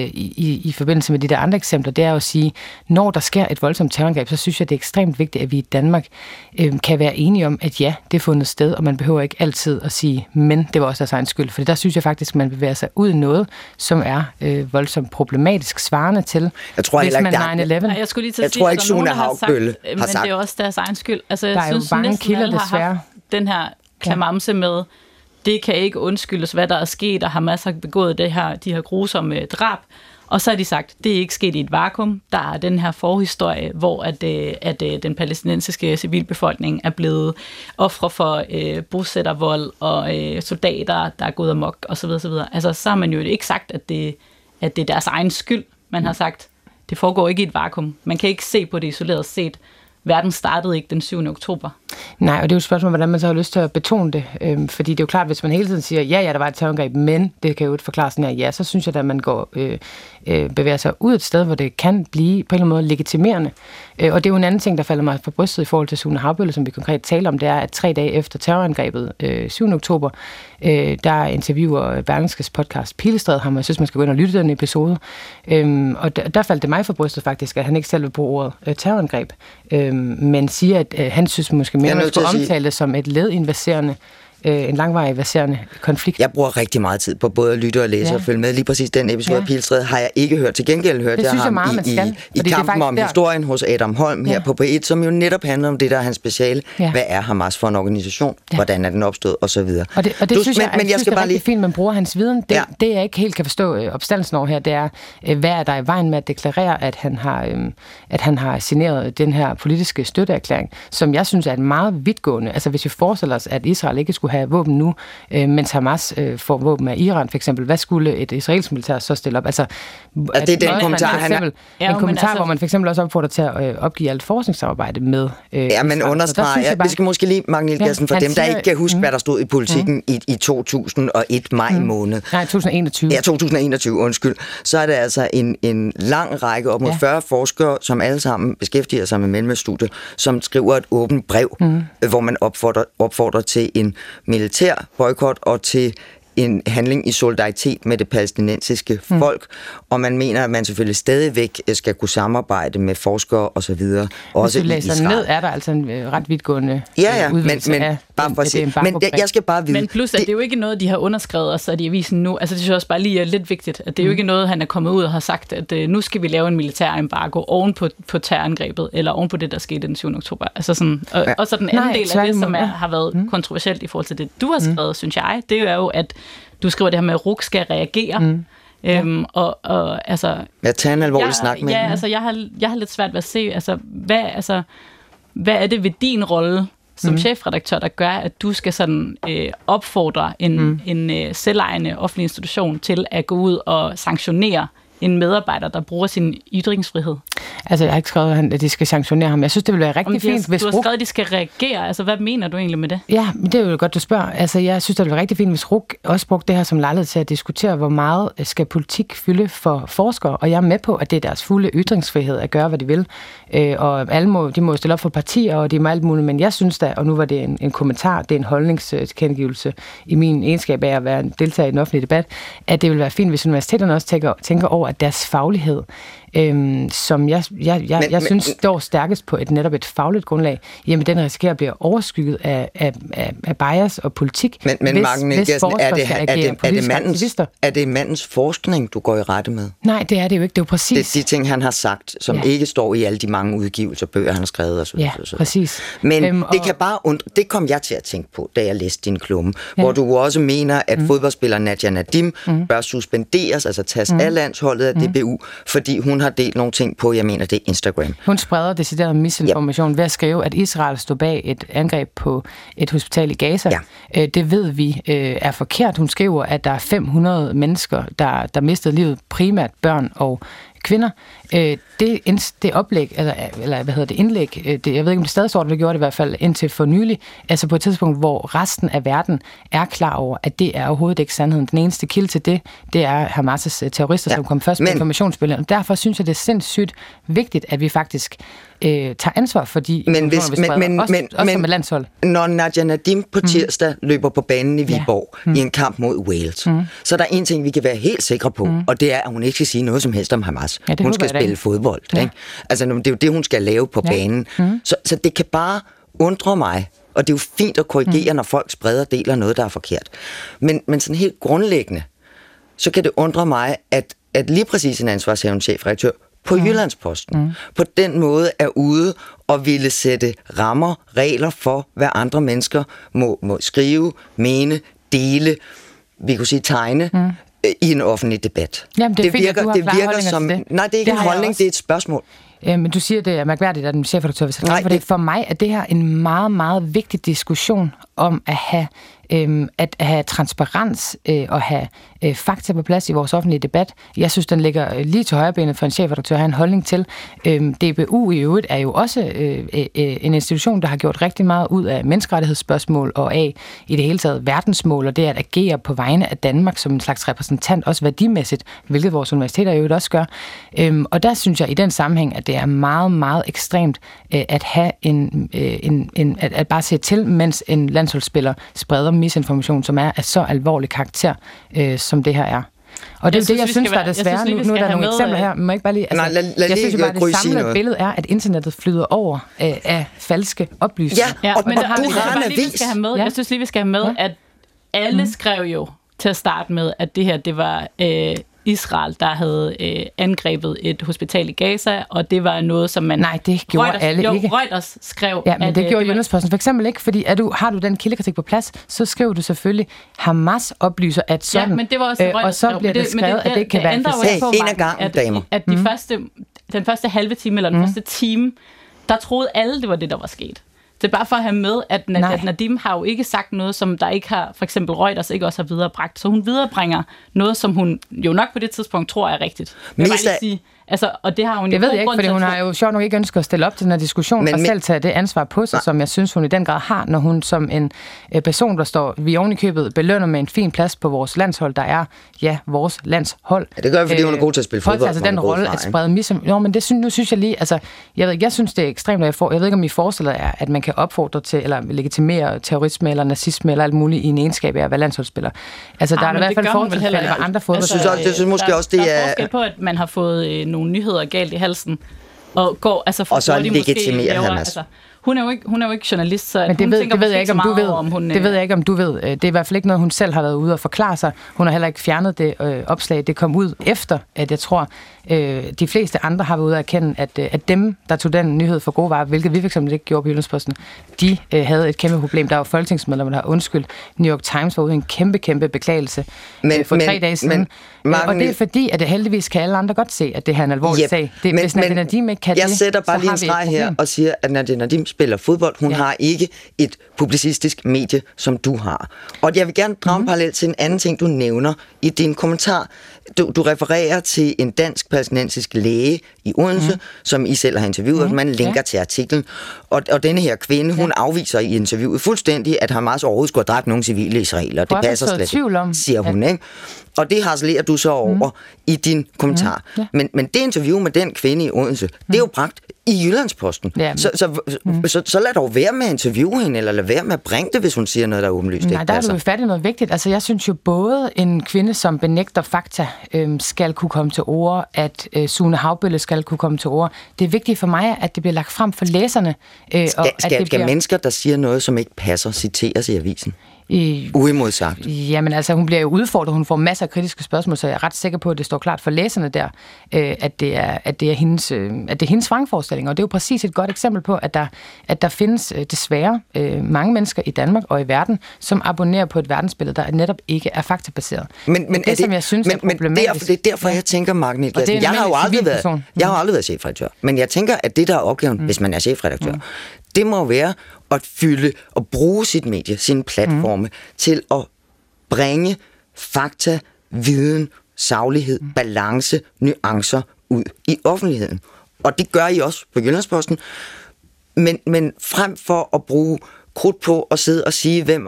i forbindelse med de der andre eksempler, det er at sige, når der sker et voldsomt terrorangreb, så synes jeg, det er ekstremt vigtigt, at vi i Danmark kan være enige om, at ja, det er fundet sted, og man behøver ikke altid at sige, men det var også deres egen skyld. For der synes jeg faktisk, man bevæger sig ud i noget, som er voldsomt problematisk svarende til, jeg tror hvis man 9/11. Jeg skulle lige til at sige, at der er nogen, der har sagt, men det er også deres egen skyld. Altså, jeg synes, jo mange kilder, desværre. Den her klamamse med, det kan ikke undskyldes, hvad der er sket, og Hamas har begået de her grusomme drab. Og så har de sagt, det er ikke sket i et vakuum. Der er den her forhistorie, hvor at den palæstinensiske civilbefolkning er blevet ofre for bosættervold og soldater, der er gået amok osv. Altså, så har man jo ikke sagt, at det er deres egen skyld. Man har sagt, det foregår ikke i et vakuum. Man kan ikke se på det isoleret set. Verden startede ikke den 7. oktober. Nej, og det er jo et spørgsmål, hvordan man så har lyst til at betone det. Fordi det er jo klart, hvis man hele tiden siger, ja, der var et terrorangreb, men det kan jo ikke forklare sådan her, ja, så synes jeg, at man går bevæger sig ud et sted, hvor det kan blive på en eller anden måde legitimerende. Og det er jo en anden ting, der falder mig for brystet i forhold til Sune Haubølle, som vi konkret taler om, det er, at 3 dage efter terrorangrebet 7. oktober, der interviewer Berlingskes podcast Pilestræd ham, og jeg synes, man skal gå ind og lytte den episode. Og der faldt det mig for brystet faktisk, at han ikke selv vil bruge ordet terrorangreb, men siger, at han synes måske mere, man skulle omtale det som et led i en langvarig verserende konflikt. Jeg bruger rigtig meget tid på både at lytte og læse og følge med. Lige præcis den episode af Pilestræd har jeg ikke hørt. Til gengæld hørte jeg ham i Kampen om historien hos Adam Holm her på P1, som jo netop handler om det, der er hans speciale. Hvad er Hamas for en organisation? Hvordan er den opstået? Og så videre. Og det synes jeg er rigtig fint, man bruger hans viden. Det jeg ikke helt kan forstå opstandelsen over her, det er, hvad er der i vejen med at deklarere, at han har signeret den her politiske støtteerklæring, som jeg synes er et meget vidtgående. Altså hvis vi forestiller os, at Israel ikke skulle have våben nu, mens Hamas får våben af Iran, for eksempel. Hvad skulle et israelsk militær så stille op? Altså, det er den kommentar, en kommentar, hvor man for eksempel også opfordrer til at opgive alt forskningssamarbejde med men understreger, vi skal måske lige, Magnhild Gersen, for dem, der ikke kan huske, hvad der stod i politikken i 2001 maj måned. Nej, 2021. Ja, 2021, undskyld. Så er det altså en lang række, op mod 40 forskere, som alle sammen beskæftiger sig med Mellemøststudiet, som skriver et åbent brev, hvor man opfordrer til en militær boykot og til en handling i solidaritet med det palæstinensiske folk, og man mener, at man selvfølgelig stadigvæk skal kunne samarbejde med forskere og så videre. Også hvis du læser ned, er der altså en ret vidtgående udvidelse men af bare for at sige. Men jeg skal bare vide. Men plus, at det er jo ikke noget, de har underskrevet os i avisen nu. Altså det synes jeg også bare lige er lidt vigtigt, at det er jo ikke noget, han er kommet ud og har sagt, at nu skal vi lave en militær embargo oven på terrorangrebet, eller oven på det, der skete den 7. oktober. Altså sådan, og så den anden del af det, som har været kontroversielt i forhold til det, du har skrevet, synes jeg, det er jo, at du skriver det her med, at RUC skal reagere. Og altså... Jeg tager en alvorlig snak med altså jeg har lidt svært ved at se, hvad er det ved din rolle som chefredaktør, der gør, at du skal sådan opfordre en selvejende offentlig institution til at gå ud og sanktionere en medarbejder, der bruger sin ytringsfrihed? Altså, jeg har ikke skrevet, at de skal sanktionere ham. Jeg synes, det ville være rigtig fint, hvis du har skrevet, at de skal reagere. Altså, hvad mener du egentlig med det? Ja, det er jo godt, du spørger. Altså, jeg synes, det ville være rigtig fint, hvis RUC også brugte det her som lejlighed til at diskutere, hvor meget skal politik fylde for forskere. Og jeg er med på, at det er deres fulde ytringsfrihed at gøre, hvad de vil. Og de må stille op for partier, og de må alt muligt. Men jeg synes da, og nu var det en kommentar, det er en holdningstilkendegivelse i min egenskab af at være en deltager i den offentlige debat, at det ville være fint, hvis universiteterne også tænker over, at deres faglighed, som jeg synes står stærkest på netop et fagligt grundlag, jamen den risikerer at blive overskygget af bias og politik, men hvis er det mandens forskning, du går i rette med? Nej, det er det jo ikke. Det er jo præcis. Det er de ting, han har sagt, som ikke står i alle de mange udgivelser, bøger, han har skrevet og så videre. Ja, præcis. Men det kan bare det kom jeg til at tænke på, da jeg læste din klumme, hvor du også mener, at fodboldspiller Nadia Nadim bør suspenderes, altså tages af landsholdet af DBU, fordi hun har delt nogle ting på, jeg mener, det er Instagram. Hun spreder decideret misinformation ved at skrive, at Israel stod bag et angreb på et hospital i Gaza. Ja. Det ved vi er forkert. Hun skriver, at der er 500 mennesker, der mistede livet, primært børn og kvinder. Det oplæg, eller hvad hedder det, indlæg, jeg ved ikke, om det stadig står, det gjorde det i hvert fald indtil for nylig, altså på et tidspunkt, hvor resten af verden er klar over, at det er overhovedet ikke sandheden. Den eneste kilde til det er Hamas' terrorister, som kom først med informationsbilledet. Og derfor synes jeg, det er sindssygt vigtigt, at vi faktisk tager ansvar for de informationer, vi spreder, også som et landshold. Når Nadia Nadim på tirsdag løber på banen i Viborg i en kamp mod Wales, så er der en ting, vi kan være helt sikre på, og det er, at hun ikke skal sige noget som helst om Hamas. Ja, hun skal spille fodbold. Ja. Ikke? Altså, det er jo det, hun skal lave på banen. Så det kan bare undre mig, og det er jo fint at korrigere, når folk spreder og deler noget, der er forkert. Men sådan helt grundlæggende, så kan det undre mig, at lige præcis en ansvarshavende chefredaktør på Jyllandsposten på den måde er ude og ville sætte rammer, regler for, hvad andre mennesker må skrive, mene, dele, vi kunne sige tegne, i en offentlig debat. Jamen, det virker som... Nej, det er ikke en holdning, det er et spørgsmål. Men du siger, det er mærkværdigt, at en chefredaktør vil sætte for det. For mig er det her en meget, meget vigtig diskussion om at have transparens og have fakta på plads i vores offentlige debat. Jeg synes, den ligger lige til højrebenet for en chefredaktør at have en holdning til. DBU i øvrigt er jo også en institution, der har gjort rigtig meget ud af menneskerettighedsspørgsmål og af i det hele taget verdensmål, og det at agere på vegne af Danmark som en slags repræsentant, også værdimæssigt, hvilket vores universiteter i øvrigt også gør. Og der synes jeg i den sammenhæng, at det er meget, meget ekstremt at have at bare se til, mens en landsholdsspiller spreder misinformation, som er af så alvorlig karakter, som det her er. Og det er det, jeg synes, der er desværre. Nu er der nogle eksempler her. Må ikke bare lige, altså, jeg synes jo bare, det samlede billede er, at internettet flyder over af falske oplysninger. Ja, men der jeg synes lige, vi skal have med, at alle skrev jo til at starte med, at det her, det var Israel, der havde angrebet et hospital i Gaza, og det var noget, som man... Nej, det gjorde alle ikke. Reuters skrev... Ja, men det gjorde Jyllandsposten for eksempel ikke, fordi har du den kildekritik på plads, så skriver du selvfølgelig, Hamas oplyser, at sådan... Ja, men det var også og så bliver det skrevet, at det kan være... En af gangen, damer. At den første halve time, eller den første time, der troede alle, det var det, der var sket. Det er bare for at have med, at Nadim har jo ikke sagt noget, som der ikke har, for eksempel Reuters ikke også har viderebragt. Så hun viderebringer noget, som hun jo nok på det tidspunkt tror er rigtigt. Jeg vil bare lige sige, altså, og det har hun det ved jeg ikke, fordi hun har jo sjovt nok ikke ønsket at stille op til den her diskussion, og selv tage det ansvar på sig, som jeg synes, hun i den grad har, når hun som en person, der står vi oven i købet, belønner med en fin plads på vores landshold, der er, vores landshold. Ja, det gør jeg, fordi hun er god til at spille fodbold. Altså den rolle at sprede men nu synes jeg lige, altså, jeg synes, det er ekstremt, og jeg ved ikke, om I forestiller jer, at man kan opfordre til, eller legitimere terrorisme, eller nazisme, eller alt muligt i en egenskab af at være landsholdsspiller. Altså, der er i hvert fald fortilfælde, hvor andre fodboldspillere. Jeg synes måske også, det er... Der er forskel på, at man har fået nogle nyheder galt i halsen, og går, altså for og så legitimere Hamas. Altså, hun er jo ikke journalist, så men det ved jeg ikke, om du ved. Det ved jeg ikke, om du ved. Det er i hvert fald ikke noget, hun selv har været ude og forklare sig. Hun har heller ikke fjernet det opslag. Det kom ud efter, at jeg tror, de fleste andre har været ude at erkende, at dem, der tog den nyhed for gode varer, hvilket vi for eksempel ikke gjorde på Jyllandsposten, de havde et kæmpe problem. Der var folketingsmedlemmer, der har undskyldt. New York Times var ude en kæmpe beklagelse for 3 dage siden. Og det er fordi, at det heldigvis kan alle andre godt se, at det her er en alvorlig sag. Hvis Nadia Nadim ikke kan jeg sætter bare lige en streg her og siger, at Nadia Nadim spiller fodbold. Hun har ikke et publicistisk medie, som du har. Og jeg vil gerne drage en parallel til en anden ting, du nævner i din kommentar. Du refererer til en dansk-palæstinensisk læge i Odense, som I selv har interviewet, man linker til artiklen. Og denne her kvinde, hun afviser i interviewet fuldstændig, at Hamas overhovedet skulle have dræbt nogle civile israelere. Det passer slet ikke, siger hun, ikke? Og det harcelerer du så over i din kommentar. Men det interview med den kvinde i Odense, det er jo bragt i Jyllandsposten. Så lad dog være med at interviewe hende, eller lad være med at bringe det, hvis hun siger noget, der er åbenlyst. Nej, der er du jo fat i noget vigtigt. Altså, jeg synes jo både en kvinde, som benægter fakta, skal kunne komme til ord, at Sune Haubølle skal kunne komme til ord. Det er vigtigt for mig, at det bliver lagt frem for læserne. Skal mennesker, der siger noget, som ikke passer, citeres i avisen? Uimodsagt. Jamen altså, hun bliver jo udfordret, hun får masser af kritiske spørgsmål, så jeg er ret sikker på, at det står klart for læserne der, at det er hendes vrangforestilling. Og det er jo præcis et godt eksempel på, at der findes desværre mange mennesker i Danmark og i verden, som abonnerer på et verdensbillede, der netop ikke er faktabaseret. Men det, som jeg synes er problematisk. Det er derfor, jeg tænker, Magni Gladsen, jeg har jo aldrig været chefredaktør, men jeg tænker, at det der er opgaven, hvis man er chefredaktør, det må være at fylde og bruge sit medie, sine platforme, til at bringe fakta, viden, saglighed, balance, nuancer ud i offentligheden. Og det gør I også på Jyllandsposten. Men frem for at bruge krudt på at sidde og sige, hvem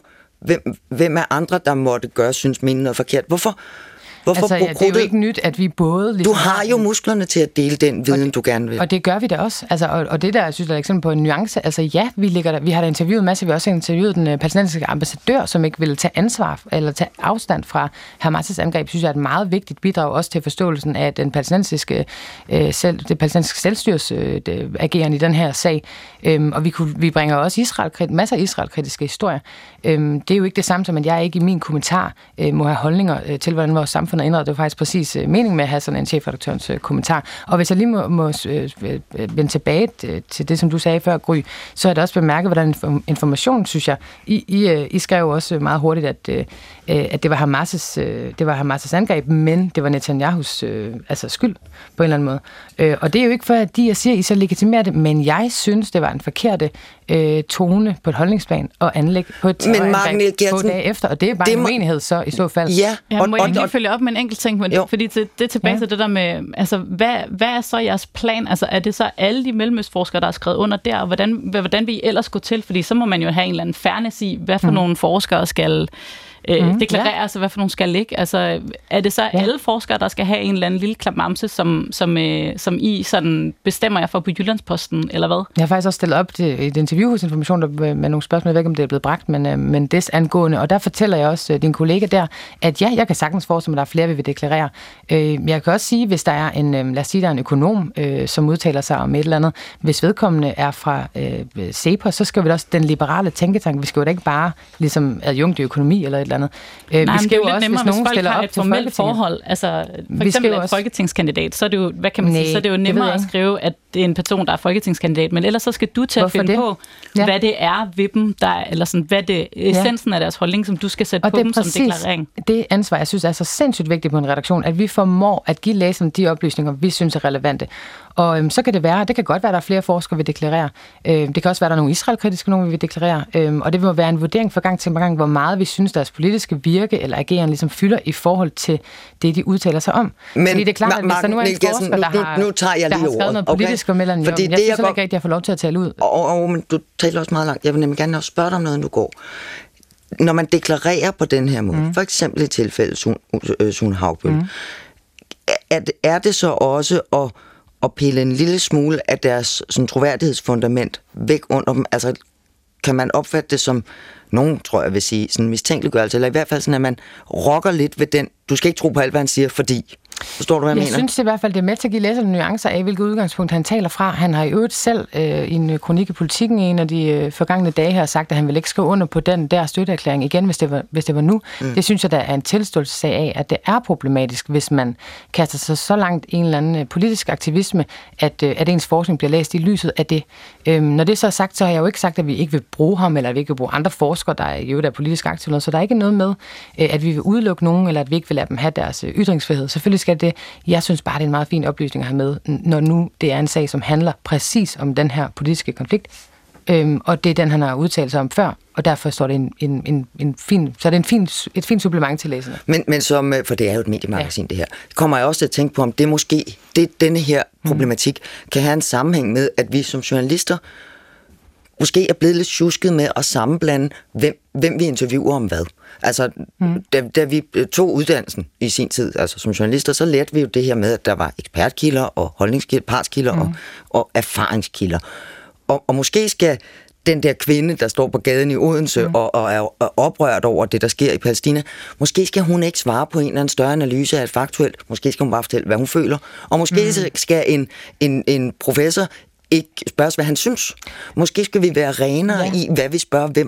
er andre, der måtte gøre, synes mene noget forkert. Hvorfor altså, det er jo ikke nyt, at vi både... Du har jo musklerne til at dele den viden, du gerne vil. Og det gør vi da også. Altså, og det der, jeg synes, der er et eksempel på en nuance. Altså ja, vi har da interviewet en masse. Vi har også interviewet den palæstinensiske ambassadør, som ikke ville tage ansvar eller tage afstand fra Hamas' angreb. Synes jeg er et meget vigtigt bidrag også til forståelsen af den palæstinensiske selvstyres ageren i den her sag. Og vi bringer også masser af Israel-kritiske historier. Det er jo ikke det samme som, at jeg ikke i min kommentar må have holdninger til, hvordan vores samfund er indrettet. Det var faktisk præcis meningen med at have sådan en chefredaktørens kommentar. Og hvis jeg lige må vende tilbage til det, som du sagde før, Gry, så er det også bemærket, hvordan information, synes jeg, I skrev også meget hurtigt, at det var Hamas' angreb, men det var Netanyahus skyld på en eller anden måde. Og det er jo ikke for, at jeg siger, at I så legitimerer det, men jeg synes, det var en forkerte tone på et holdningsplan og anlæg på et terrorangreb få dage efter, og det er bare en uenighed så i så fald. Ja, må jeg lige følge op med en enkelt ting, fordi det er tilbage til det der med, altså hvad er så jeres plan? Altså er det så alle de mellemøstforskere, der er skrevet under der, og hvordan vil I ellers gå til? Fordi så må man jo have en eller anden fairness i, hvad for nogle forskere skal deklarere, altså hvad for nogle skal ligge. Altså, er det så alle forskere, der skal have en eller anden lille klamamse, som I sådan bestemmer jer for på Jyllandsposten, eller hvad? Jeg har faktisk også stillet op til et interview hos Information med nogle spørgsmål, jeg ved ikke, om det er blevet bragt, men desangående, og der fortæller jeg også din kollega der, at ja, jeg kan sagtens forestille mig, at der er flere, vi vil deklarere. Jeg kan også sige, hvis der er lad os sige, der er en økonom, som udtaler sig om et eller andet, hvis vedkommende er fra CEPOS, så skal vi også den liberale tænketank, vi skal jo da ikke bare ligesom adjunkt i økonomi eller et eller andet. Nej, vi skal jo også, nemmere, hvis nogen stiller op et formelt forhold, altså for eksempel en folketingskandidat, så er det jo, hvad kan man sige, så er det jo nemmere at skrive, at det er en person, der er folketingskandidat, men ellers så skal du til at finde på, hvad det er ved dem, eller sådan, hvad det essensen af deres holdning, som du skal sætte på dem som deklarering. Det ansvar, jeg synes er så sindssygt vigtigt på en redaktion, at vi formår at give læserne de oplysninger, vi synes er relevante. Og så kan det kan godt være, at der er flere forskere, vi deklarerer. Det kan også være, at der er nogle israelkritiske, nogen vi vil deklarere. Og det vil være en vurdering fra gang til gang, hvor meget vi synes, deres politiske virke eller ageren ligesom fylder i forhold til det, de udtaler sig om. Men fordi det er klart, at hvis der nu er en forsker, der har skrevet noget politisk om eller andet, jeg synes ikke rigtigt, at jeg får lov til at tale ud. Men du taler også meget langt. Jeg vil nemlig gerne også spørge dig om noget, nu går. Når man deklarerer på den her måde, for eksempel i tilfælde Sune Haugbøll, er det så også at pille en lille smule af deres sådan, troværdighedsfundament væk under dem? Altså, kan man opfatte det som, nogen tror jeg vil sige, sådan mistænkeliggørelse, eller i hvert fald sådan, at man rokker lidt ved den, du skal ikke tro på alt, hvad han siger, fordi... Forstår du, hvad jeg mener? Jeg synes i hvert fald, det er med til at give læserne nuancer af, hvilket udgangspunkt han taler fra. Han har i øvrigt selv i en kronik i Politikken en af de forgangne dage her sagt, at han vil ikke skrive under på den der støtteerklæring igen, hvis det var nu. Det synes jeg, der er en tilståelsessag af, at det er problematisk, hvis man kaster sig så langt en eller anden politisk aktivisme, at ens forskning bliver læst i lyset af det. Når det så er sagt, så har jeg jo ikke sagt, at vi ikke vil bruge ham, eller at vi ikke vil bruge andre forskere, der jo er politisk aktive. Så der er ikke noget med, at vi vil udelukke nogen, eller at vi ikke vil lade dem have deres ytringsfrihed. Selvfølgelig skal det. Jeg synes bare, det er en meget fin oplysning at have med, når nu det er en sag, som handler præcis om den her politiske konflikt. Og det er den, han har udtalt sig om før, og derfor står det et fint supplement til læserne. Men som, for det er jo et mediemagasin, det her, kommer jeg også til at tænke på, om det måske, denne her problematik, kan have en sammenhæng med, at vi som journalister måske er blevet lidt tjusket med at sammenblande, hvem vi interviewer om hvad. Altså, da vi tog uddannelsen i sin tid, altså som journalister, så lærte vi jo det her med, at der var ekspertkilder og holdningskilder, partskilder og erfaringskilder. Og måske skal den der kvinde, der står på gaden i Odense og er oprørt over det, der sker i Palæstina, måske skal hun ikke svare på en eller anden større analyse af et faktuelt. Måske skal hun bare fortælle, hvad hun føler. Og måske skal en professor ikke spørges, hvad han synes. Måske skal vi være renere i, hvad vi spørger hvem om.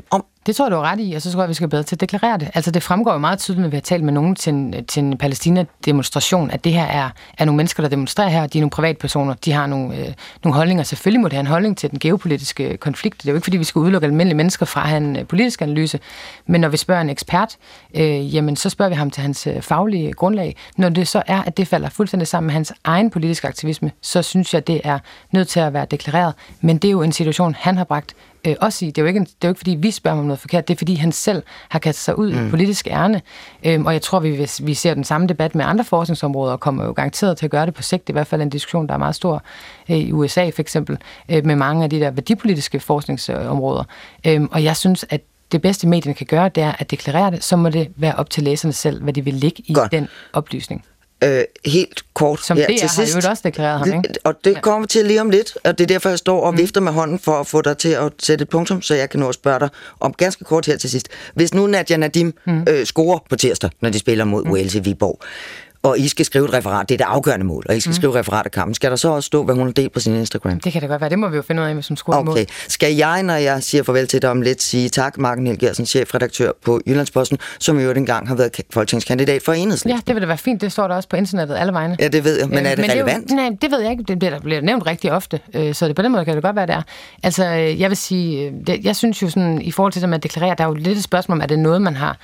Det tror jeg, du har ret i, og så tror jeg, vi skal bedre til at deklarere det. Altså, det fremgår jo meget tydeligt, når vi har talt med nogen til en Palæstina-demonstration, at det her er nogle mennesker, der demonstrerer her, de er nogle privatpersoner, de har nogle holdninger. Selvfølgelig må det have en holdning til den geopolitiske konflikt. Det er jo ikke, fordi vi skal udelukke almindelige mennesker fra at have en politisk analyse, men når vi spørger en ekspert, jamen, så spørger vi ham til hans faglige grundlag. Når det så er, at det falder fuldstændig sammen med hans egen politiske aktivisme, så synes jeg, det er nødt til at være deklareret. Men det er jo en situation, han har bragt også i. Det er jo ikke, fordi vi spørger om noget forkert, det er fordi han selv har kastet sig ud i politisk ærne. Og jeg tror, hvis vi ser den samme debat med andre forskningsområder, og kommer jo garanteret til at gøre det på sigt. Det er i hvert fald en diskussion, der er meget stor i USA for eksempel, med mange af de der værdipolitiske forskningsområder. Og jeg synes, at det bedste medierne kan gøre, det er at deklarere det, så må det være op til læserne selv, hvad de vil lægge i den oplysning. Helt kort. Som det har jo også deklareret ham, ikke? Og det kommer til lige om lidt, og det er derfor, jeg står og vifter med hånden for at få dig til at sætte et punktum, så jeg kan nå at spørge dig om ganske kort her til sidst. Hvis nu Nadia Nadim scorer på tirsdag, når de spiller mod Wales i Viborg, og I skal skrive et referat, det er det afgørende mål, og I skal skrive et referat af kampen. Skal der så også stå, hvad hun har delt på sin Instagram? Det kan det godt være, det må vi jo finde ud af, hvis hun scorer mål. Okay. Skal jeg, når jeg siger farvel til dig om lidt, sige tak, Marken Helgersen, chefredaktør på Jyllandsposten, som jo dengang har været folketingskandidat for Enhedslisten? Ja, det vil da være fint. Det står der også på internettet alle vegne. Ja, det ved jeg, men er det relevant? Nej, det ved jeg ikke. Det bliver nævnt rigtig ofte, så på den måde kan det godt være, det er. Altså, jeg vil sige, jeg synes jo sådan, i forhold til det med at deklarere, der er jo lidt et spørgsmål om, er det noget,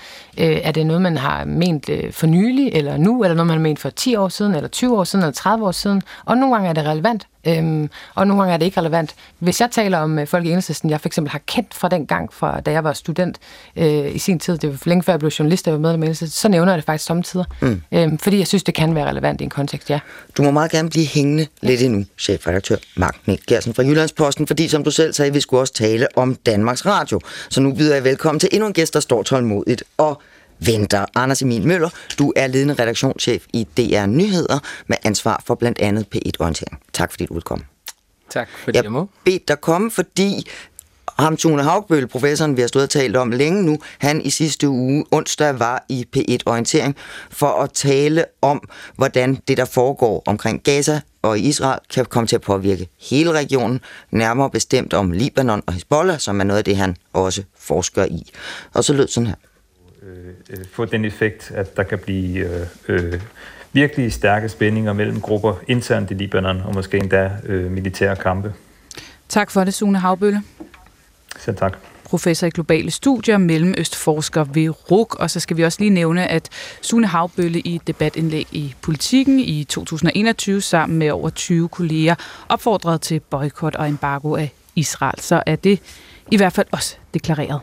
man har ment for nylig, eller nu, eller noget, man har ment for 10 år siden, eller 20 år siden, eller 30 år siden, og nogle gange er det relevant, og nogle gange er det ikke relevant. Hvis jeg taler om folk i Enhedslisten, jeg for eksempel har kendt fra den gang, da jeg var student i sin tid, det var længe før jeg blev journalist, jeg var medlem af Enhedslisten, så nævner jeg det faktisk samtidig, fordi jeg synes, det kan være relevant i en kontekst, ja. Du må meget gerne blive hængende lidt endnu, chefredaktør Marken Helgersen fra Jyllandsposten, fordi som du selv sagde, vi skulle også tale om Danmarks Radio. Så nu byder jeg velkommen til endnu en gæst, der står tålmodigt og venter. Anders Emil Møller, du er ledende redaktionschef i DR Nyheder med ansvar for blandt andet P1 Orientering. Tak fordi du vil komme. Tak fordi jeg må. Jeg bedte dig komme, fordi Sune Haugbøl, professoren, vi har stået og talt om længe nu, han i sidste uge, onsdag, var i P1 Orientering for at tale om, hvordan det, der foregår omkring Gaza og i Israel, kan komme til at påvirke hele regionen, nærmere bestemt om Libanon og Hezbollah, som er noget af det, han også forsker i. Og så lød sådan her. Få den effekt, at der kan blive virkelig stærke spændinger mellem grupper internt i Libanon, og måske endda militære kampe. Tak for det, Sune Haugbølle. Selv tak. Professor i globale studier, mellemøstforsker ved RUC, og så skal vi også lige nævne, at Sune Haugbølle i et debatindlæg i Politiken i 2021 sammen med over 20 kolleger opfordrede til boykot og embargo af Israel. Så er det i hvert fald også deklareret.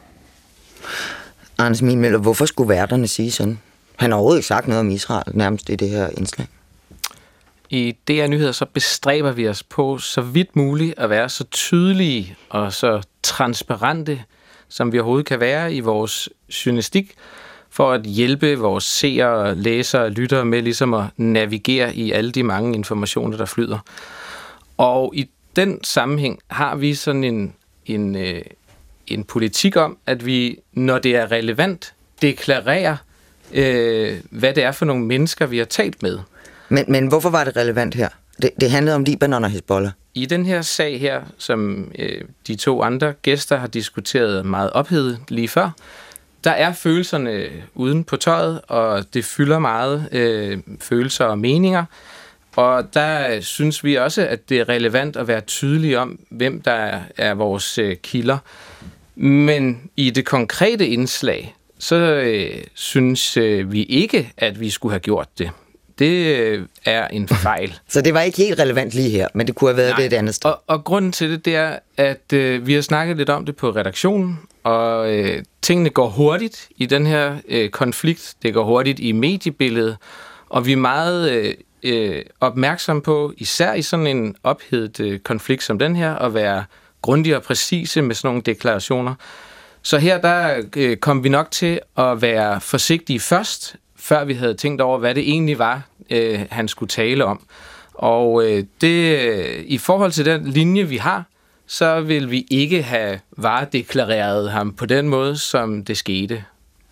Anders Emil Møller, hvorfor skulle værterne sige sådan? Han har overhovedet ikke sagt noget om Israel nærmest i det her indslag. I DR Nyheder så bestræber vi os på så vidt muligt at være så tydelige og så transparente, som vi overhovedet kan være i vores journalistik, for at hjælpe vores seere, læsere og lyttere med ligesom at navigere i alle de mange informationer, der flyder. Og i den sammenhæng har vi sådan en politik om, at vi, når det er relevant, deklarerer, hvad det er for nogle mennesker, vi har talt med. Men hvorfor var det relevant her? Det handlede om Libanon og Hezbollah. I den her sag her, som de to andre gæster har diskuteret meget ophedet lige før, der er følelserne uden på tøjet, og det fylder meget følelser og meninger. Og der synes vi også, at det er relevant at være tydelige om, hvem der er vores kilder. Men i det konkrete indslag, så synes vi ikke, at vi skulle have gjort det. Det er en fejl. Så det var ikke helt relevant lige her, men det kunne have været det et andet sted. Og grunden til det er, at vi har snakket lidt om det på redaktionen, og tingene går hurtigt i den her konflikt. Det går hurtigt i mediebilledet, og vi er meget opmærksomme på, især i sådan en ophedet konflikt som den her, at være grundige og præcise med sådan nogle deklarationer. Så her der kom vi nok til at være forsigtige først, før vi havde tænkt over, hvad det egentlig var, han skulle tale om. Og i forhold til den linje, vi har, så vil vi ikke have varedeklareret ham på den måde, som det skete.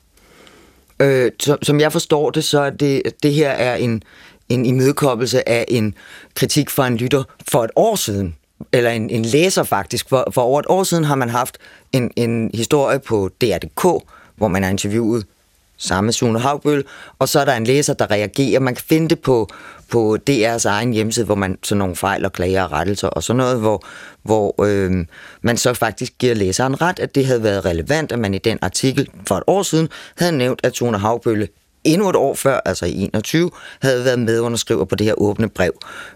Som jeg forstår det, så er det her er en imødekommelse af en kritik fra en lytter for et år siden, eller en læser faktisk. For over et år siden har man haft en historie på DR.dk, hvor man har interviewet samme Sune Haugbøll, og så er der en læser, der reagerer. Man kan finde det på DR's egen hjemmeside, hvor man sådan nogle fejl og klager og rettelser og sådan noget, hvor man så faktisk giver læseren ret, at det havde været relevant, at man i den artikel for et år siden havde nævnt, at Sune Haugbøll endnu et år før, altså i 21, havde været medunderskriver på det her åbne brev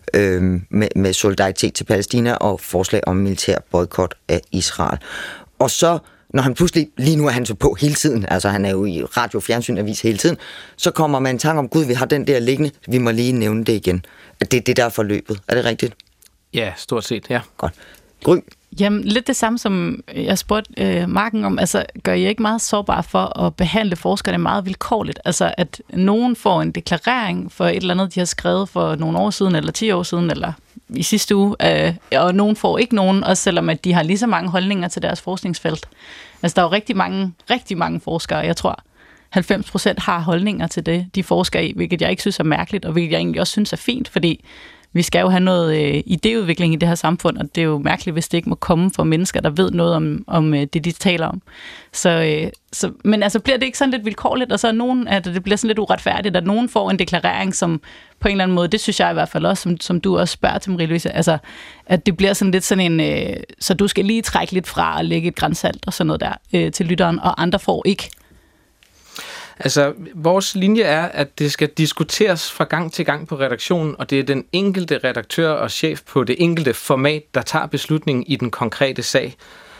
med solidaritet til Palæstina og forslag om militær boykot af Israel. Og så, når han pludselig, lige nu er han så på hele tiden, altså han er jo i radio, fjernsyn, avis hele tiden, så kommer man en tanke om, gud, vi har den der liggende, vi må lige nævne det igen. At det er det, der er forløbet. Er det rigtigt? Ja, stort set, ja. Godt. Gry? Jamen, lidt det samme, som jeg spurgte Marken om. Altså, gør I ikke meget sårbare for at behandle forskerne meget vilkårligt? Altså, at nogen får en deklarering for et eller andet, de har skrevet for nogle år siden, eller 10 år siden, eller i sidste uge, og nogen får ikke nogen, også selvom at de har lige så mange holdninger til deres forskningsfelt. Altså, der er jo rigtig mange forskere, jeg tror 90% har holdninger til det, de forsker i, hvilket jeg ikke synes er mærkeligt, og hvilket jeg egentlig også synes er fint, fordi vi skal jo have noget idéudvikling i det her samfund, og det er jo mærkeligt, hvis det ikke må komme fra mennesker, der ved noget om det, de taler om. Men altså, bliver det ikke sådan lidt vilkårligt, og så er nogen, at det bliver sådan lidt uretfærdigt, at nogen får en deklarering, som på en eller anden måde, det synes jeg i hvert fald også, som du også spørger til, Marie-Louise, altså, at det bliver sådan lidt sådan en, så du skal lige trække lidt fra og lægge et grænsalt og sådan noget der til lytteren, og andre får ikke. Altså, vores linje er, at det skal diskuteres fra gang til gang på redaktionen, og det er den enkelte redaktør og chef på det enkelte format, der tager beslutningen i den konkrete sag.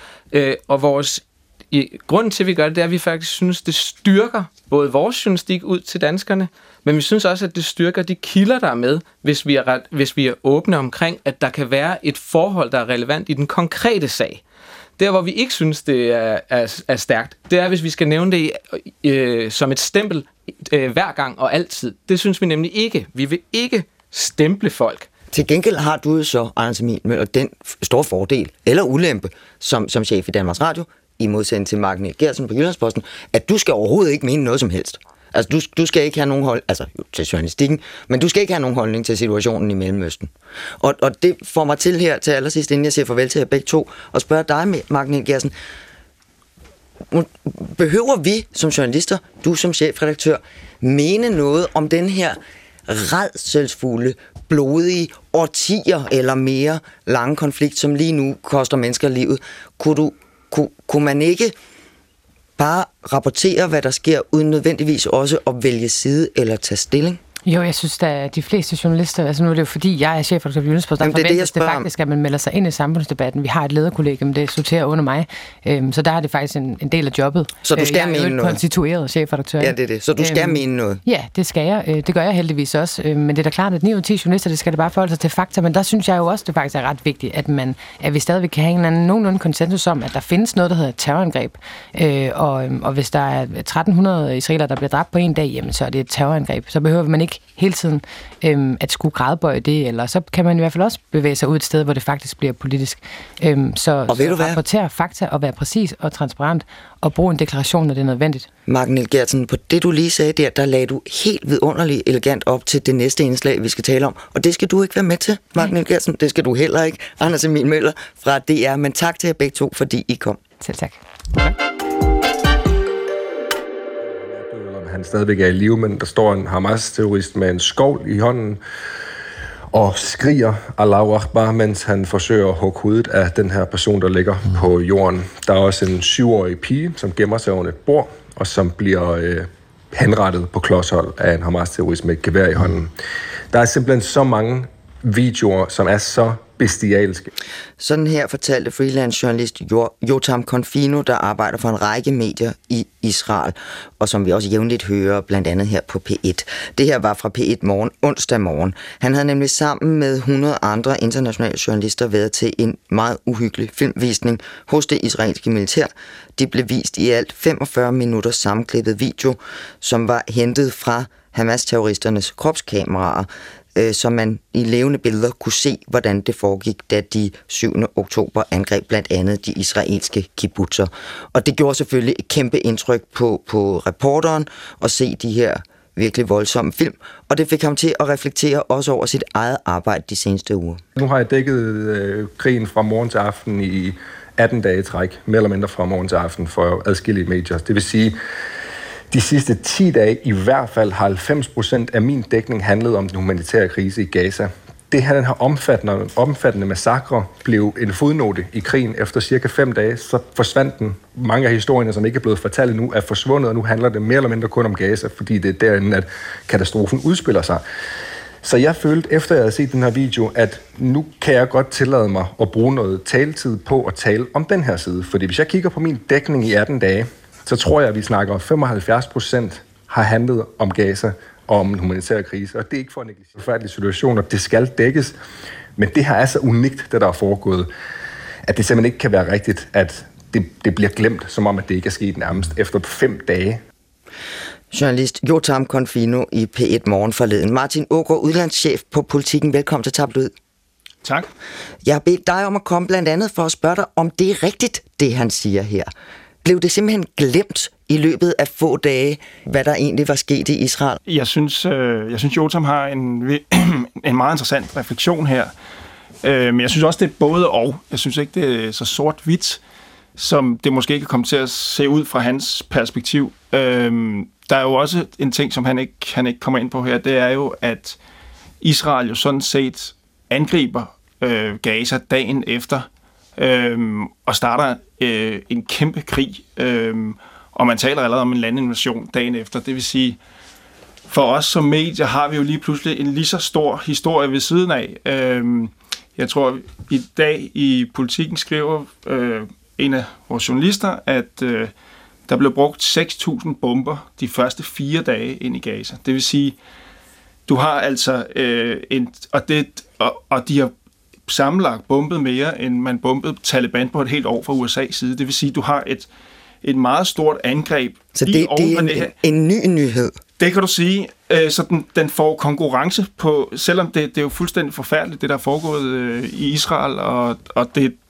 Og grunden til, at vi gør det, er, at vi faktisk synes, det styrker både vores journalistik ud til danskerne, men vi synes også, at det styrker de kilder, der er med, hvis vi er åbne omkring, at der kan være et forhold, der er relevant i den konkrete sag. Der, hvor vi ikke synes, det er stærkt, det er, hvis vi skal nævne det som et stempel hver gang og altid. Det synes vi nemlig ikke. Vi vil ikke stemple folk. Til gengæld har du så, Anders Emil Møller, den store fordel, eller ulempe, som chef i Danmarks Radio, i modsætning til Mark Gertsen på Jyllandsposten, at du skal overhovedet ikke mene noget som helst. Altså, du skal ikke have nogen holdning, altså til journalistikken, men du skal ikke have nogen holdning til situationen i Mellemøsten. Og det får mig til her til allersidst, inden jeg siger farvel til jer begge to, og spørger dig, Mark Gertsen, behøver vi som journalister, du som chefredaktør, mene noget om den her rædselsfulde, blodige, årtier eller mere lange konflikt, som lige nu koster mennesker livet? Kunne man ikke bare rapportere, hvad der sker, uden nødvendigvis også at vælge side eller tage stilling? Jo, jeg synes, at de fleste journalister, altså nu er det jo fordi, jeg er chef for Jyllandsposten, der forventes det faktisk, at man melder sig ind i samfundsdebatten. Vi har et lederkollegium, det sorterer under mig, så der er det faktisk en del af jobbet. Så du skal mene noget? Konstitueret chefredaktør. Ja, det er det. Så du skal mene noget? Ja, det skal jeg. Det gør jeg heldigvis også. Men det er da klart, at 9 ud af 10 journalister, det skal det bare forholde sig til fakta. Men der synes jeg jo også, det faktisk er ret vigtigt, at vi stadigvæk kan have en eller anden nogenlunde konsensus om, at der findes noget, der hedder terrorangreb. Og hvis der er 1300 israelere, der bliver dræbt på en dag, jamen så er det et terrorangreb. Så behøver man ikke hele tiden at skulle gradbøje det, eller så kan man i hvert fald også bevæge sig ud et sted, hvor det faktisk bliver politisk. Så rapportere fakta og være præcis og transparent og bruge en deklaration, når det er nødvendigt. Mark Gertsen, på det du lige sagde der lagde du helt vidunderligt elegant op til det næste indslag, vi skal tale om. Og det skal du ikke være med til, Mark Gertsen. Det skal du heller ikke, Anders Emil Møller fra DR. Men tak til jer begge to, fordi I kom. Selv tak. Han stadigvæk er i live, men der står en Hamas-terrorist med en skovl i hånden og skriger Allahu Akbar, mens han forsøger at hugge hovedet af den her person, der ligger på jorden. Der er også en 7-årig pige, som gemmer sig under et bord, og som bliver henrettet på klodshold af en Hamas-terrorist med et gevær i hånden. Der er simpelthen så mange videoer, som er så bestialske. Sådan her fortalte freelance journalist Yotam Confino, der arbejder for en række medier i Israel, og som vi også jævnligt hører, blandt andet her på P1. Det her var fra P1 Morgen, onsdag morgen. Han havde nemlig sammen med 100 andre internationale journalister været til en meget uhyggelig filmvisning hos det israelske militær. De blev vist i alt 45 minutter sammenklippet video, som var hentet fra Hamas-terroristernes kropskameraer, så man i levende billeder kunne se, hvordan det foregik, da de 7. oktober angreb blandt andet de israelske kibbutzer. Og det gjorde selvfølgelig et kæmpe indtryk på reporteren at se de her virkelig voldsomme film, og det fik ham til at reflektere også over sit eget arbejde de seneste uger. Nu har jeg dækket krigen fra morgen til aften i 18 dage i træk, mere eller mindre fra morgen til aften for adskillige medier. Det vil sige, de sidste 10 dage i hvert fald har 90% af min dækning handlet om den humanitære krise i Gaza. Den her omfattende massakre blev en fodnote i krigen. Efter cirka 5 dage, så forsvandt den. Mange af historierne, som ikke er blevet fortalt endnu, er forsvundet, og nu handler det mere eller mindre kun om Gaza, fordi det er derinde, at katastrofen udspiller sig. Så jeg følte, efter jeg havde set den her video, at nu kan jeg godt tillade mig at bruge noget taletid på at tale om den her side. Fordi hvis jeg kigger på min dækning i 18 dage, så tror jeg, at vi snakker 75% har handlet om Gaza og om en humanitær krise. Og det er ikke for en forfærdelig situation, og det skal dækkes. Men det her er så unikt, det der er foregået, at det simpelthen ikke kan være rigtigt, at det bliver glemt, som om at det ikke er sket nærmest efter 5 dage. Journalist Jotam Confino i P1 Morgen forleden. Martin Ågaard, udlandschef på Politikken. Velkommen til Tabloid. Tak. Jeg har bedt dig om at komme blandt andet for at spørge dig, om det er rigtigt, det han siger her. Blev det simpelthen glemt i løbet af få dage, hvad der egentlig var sket i Israel? Jeg synes Jotam har en meget interessant refleksion her. Men jeg synes også, det er både og. Jeg synes ikke, det er så sort-hvidt, som det måske ikke kommer til at se ud fra hans perspektiv. Der er jo også en ting, som han ikke kommer ind på her, det er jo, at Israel jo sådan set angriber Gaza dagen efter, og starter en kæmpe krig, og man taler allerede om en landinvasion dagen efter. Det vil sige, for os som medier har vi jo lige pludselig en lige så stor historie ved siden af. Jeg tror, i dag i Politikken skriver en af vores journalister, at der blev brugt 6.000 bomber de første 4 dage ind i Gaza. Det vil sige, du har altså og de har sammenlagt bombet mere, end man bombede Taliban på et helt år fra USA's side. Det vil sige, du har et meget stort angreb. Så det er en ny nyhed? Det kan du sige. Så den får konkurrence på, selvom det er jo fuldstændig forfærdeligt, det der er foregået i Israel, og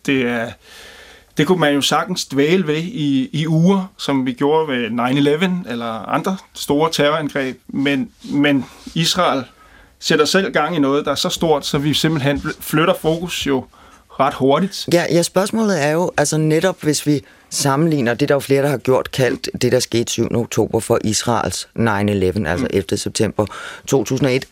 det kunne man jo sagtens dvæle ved i uger, som vi gjorde ved 9/11 eller andre store terrorangreb, men Israel sætter selv gang i noget, der er så stort, så vi simpelthen flytter fokus jo ret hurtigt. Ja, spørgsmålet er jo, altså netop hvis vi sammenligner, det der jo flere, der har gjort, kaldt det, der skete 7. oktober for Israels 9/11, altså 11. september 2001,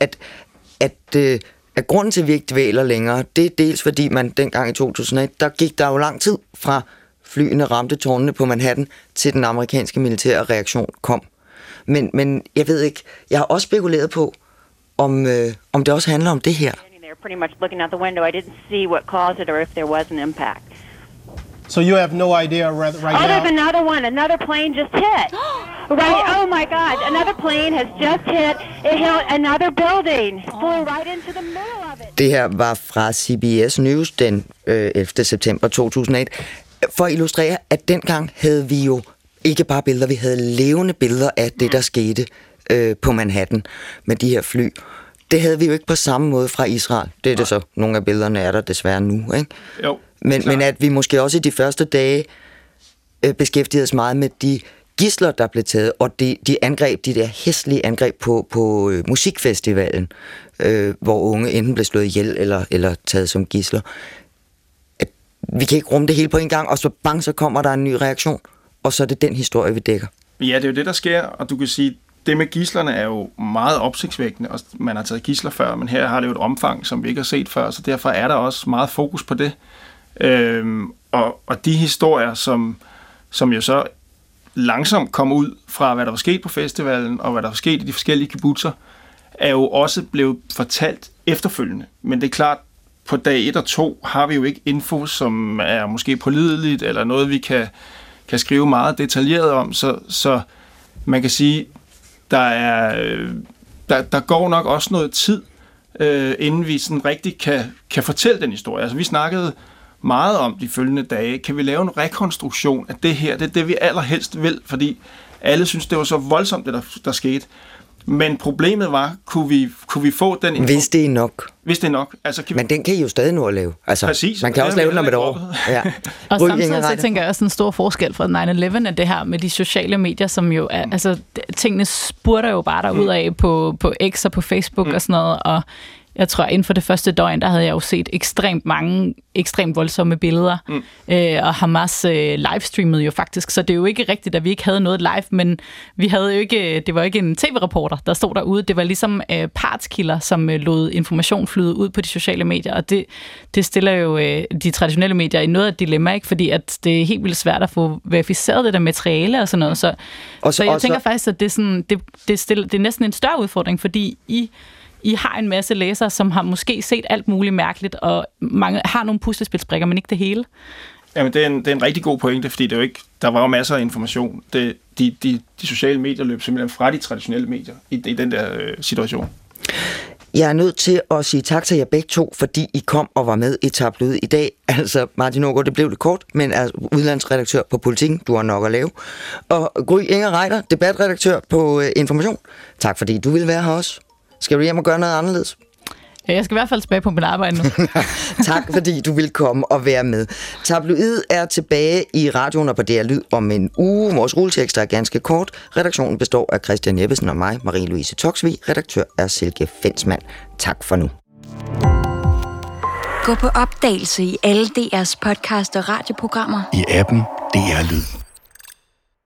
at grunden til, at vi ikke dvæler længere, det er dels fordi man dengang i 2001, der gik der jo lang tid fra flyene ramte tårnene på Manhattan, til den amerikanske militære reaktion kom. Men jeg ved ikke, jeg har også spekuleret på, om det også handler om det her. Pretty much looking out the window, I didn't see what caused it or if there was an impact. So you have no idea right now? Oh, there's another plane just hit. Right, oh my God, another plane has just hit. It hit another building. Flew right into the middle of it. Det her var fra CBS News den 11. september 2001. For at illustrere, at dengang havde vi jo ikke bare billeder, vi havde levende billeder af det, der skete på Manhattan med de her fly. Det havde vi jo ikke på samme måde fra Israel. Det er det så. Nogle af billederne er der desværre nu, ikke? Jo. Men at vi måske også i de første dage beskæftigede os meget med de gidsler, der blev taget, og de der hæslige angreb på musikfestivalen, hvor unge enten blev slået ihjel eller taget som gidsler. At vi kan ikke rumme det hele på en gang, og så bang, så kommer der en ny reaktion, og så er det den historie, vi dækker. Ja, det er jo det, der sker, og du kan sige, det med gidslerne er jo meget opsigtsvækkende, og man har taget gidsler før, men her har det jo et omfang, som vi ikke har set før, så derfor er der også meget fokus på det. Og de historier, som jo så langsomt kom ud fra, hvad der var sket på festivalen, og hvad der var sket i de forskellige kibbutzer, er jo også blevet fortalt efterfølgende. Men det er klart, på dag 1 og 2 har vi jo ikke info, som er måske pålideligt, eller noget, vi kan skrive meget detaljeret om, så man kan sige, der går nok også noget tid, inden vi sådan rigtig kan fortælle den historie. Altså, vi snakkede meget om de følgende dage. Kan vi lave en rekonstruktion af det her? Det er det, vi allerhelst vil, fordi alle synes, det var så voldsomt, det der skete. Men problemet var, kunne vi få den info? Hvis det er nok. Hvis det er nok. Altså, men den kan I jo stadig nå at lave. Altså, præcis. Man kan også lave den om et år. Ja. Og samtidig så tænker jeg også en stor forskel fra 9/11 af det her med de sociale medier, som jo er, altså tingene spurter jo bare derudad på X og på Facebook og sådan noget, og jeg tror, inden for det første døgn, der havde jeg jo set ekstremt mange, ekstremt voldsomme billeder. Og Hamas livestreamede jo faktisk, så det er jo ikke rigtigt, at vi ikke havde noget live, men vi havde jo ikke, det var ikke en tv-reporter, der stod derude. Det var ligesom partskilder, som lod information flyde ud på de sociale medier, og det stiller jo de traditionelle medier i noget af et dilemma, ikke? Fordi at det er helt vildt svært at få verificeret det der materiale og sådan noget. Så jeg tænker faktisk, at det er, sådan, det er næsten en større udfordring, fordi I har en masse læsere, som har måske set alt muligt mærkeligt, og mange har nogle puslespilsbrikker, men ikke det hele. Jamen, det er en rigtig god pointe, fordi det er jo ikke, der var jo masser af information. De sociale medier løb simpelthen fra de traditionelle medier i den der situation. Jeg er nødt til at sige tak til jer begge to, fordi I kom og var med i Tabloid i dag. Altså, Martin Nørgaard, det blev lidt kort, men er udlandsredaktør på Politiken. Du har nok at lave. Og Gry Inger Reiter, debatredaktør på Information. Tak, fordi du ville være her også. Skal du hjem og gøre noget anderledes? Jeg skal i hvert fald tilbage på mit arbejde nu. Tak, fordi du vil komme og være med. Tabloid er tilbage i radioen og på DR Lyd om en uge. Vores rulletekst er ganske kort. Redaktionen består af Christian Jeppesen og mig, Marie-Louise Toksvig. Redaktør er Silke Fensmann. Tak for nu. Gå på opdagelse i alle DR's podcast og radioprogrammer. I appen DR Lyd.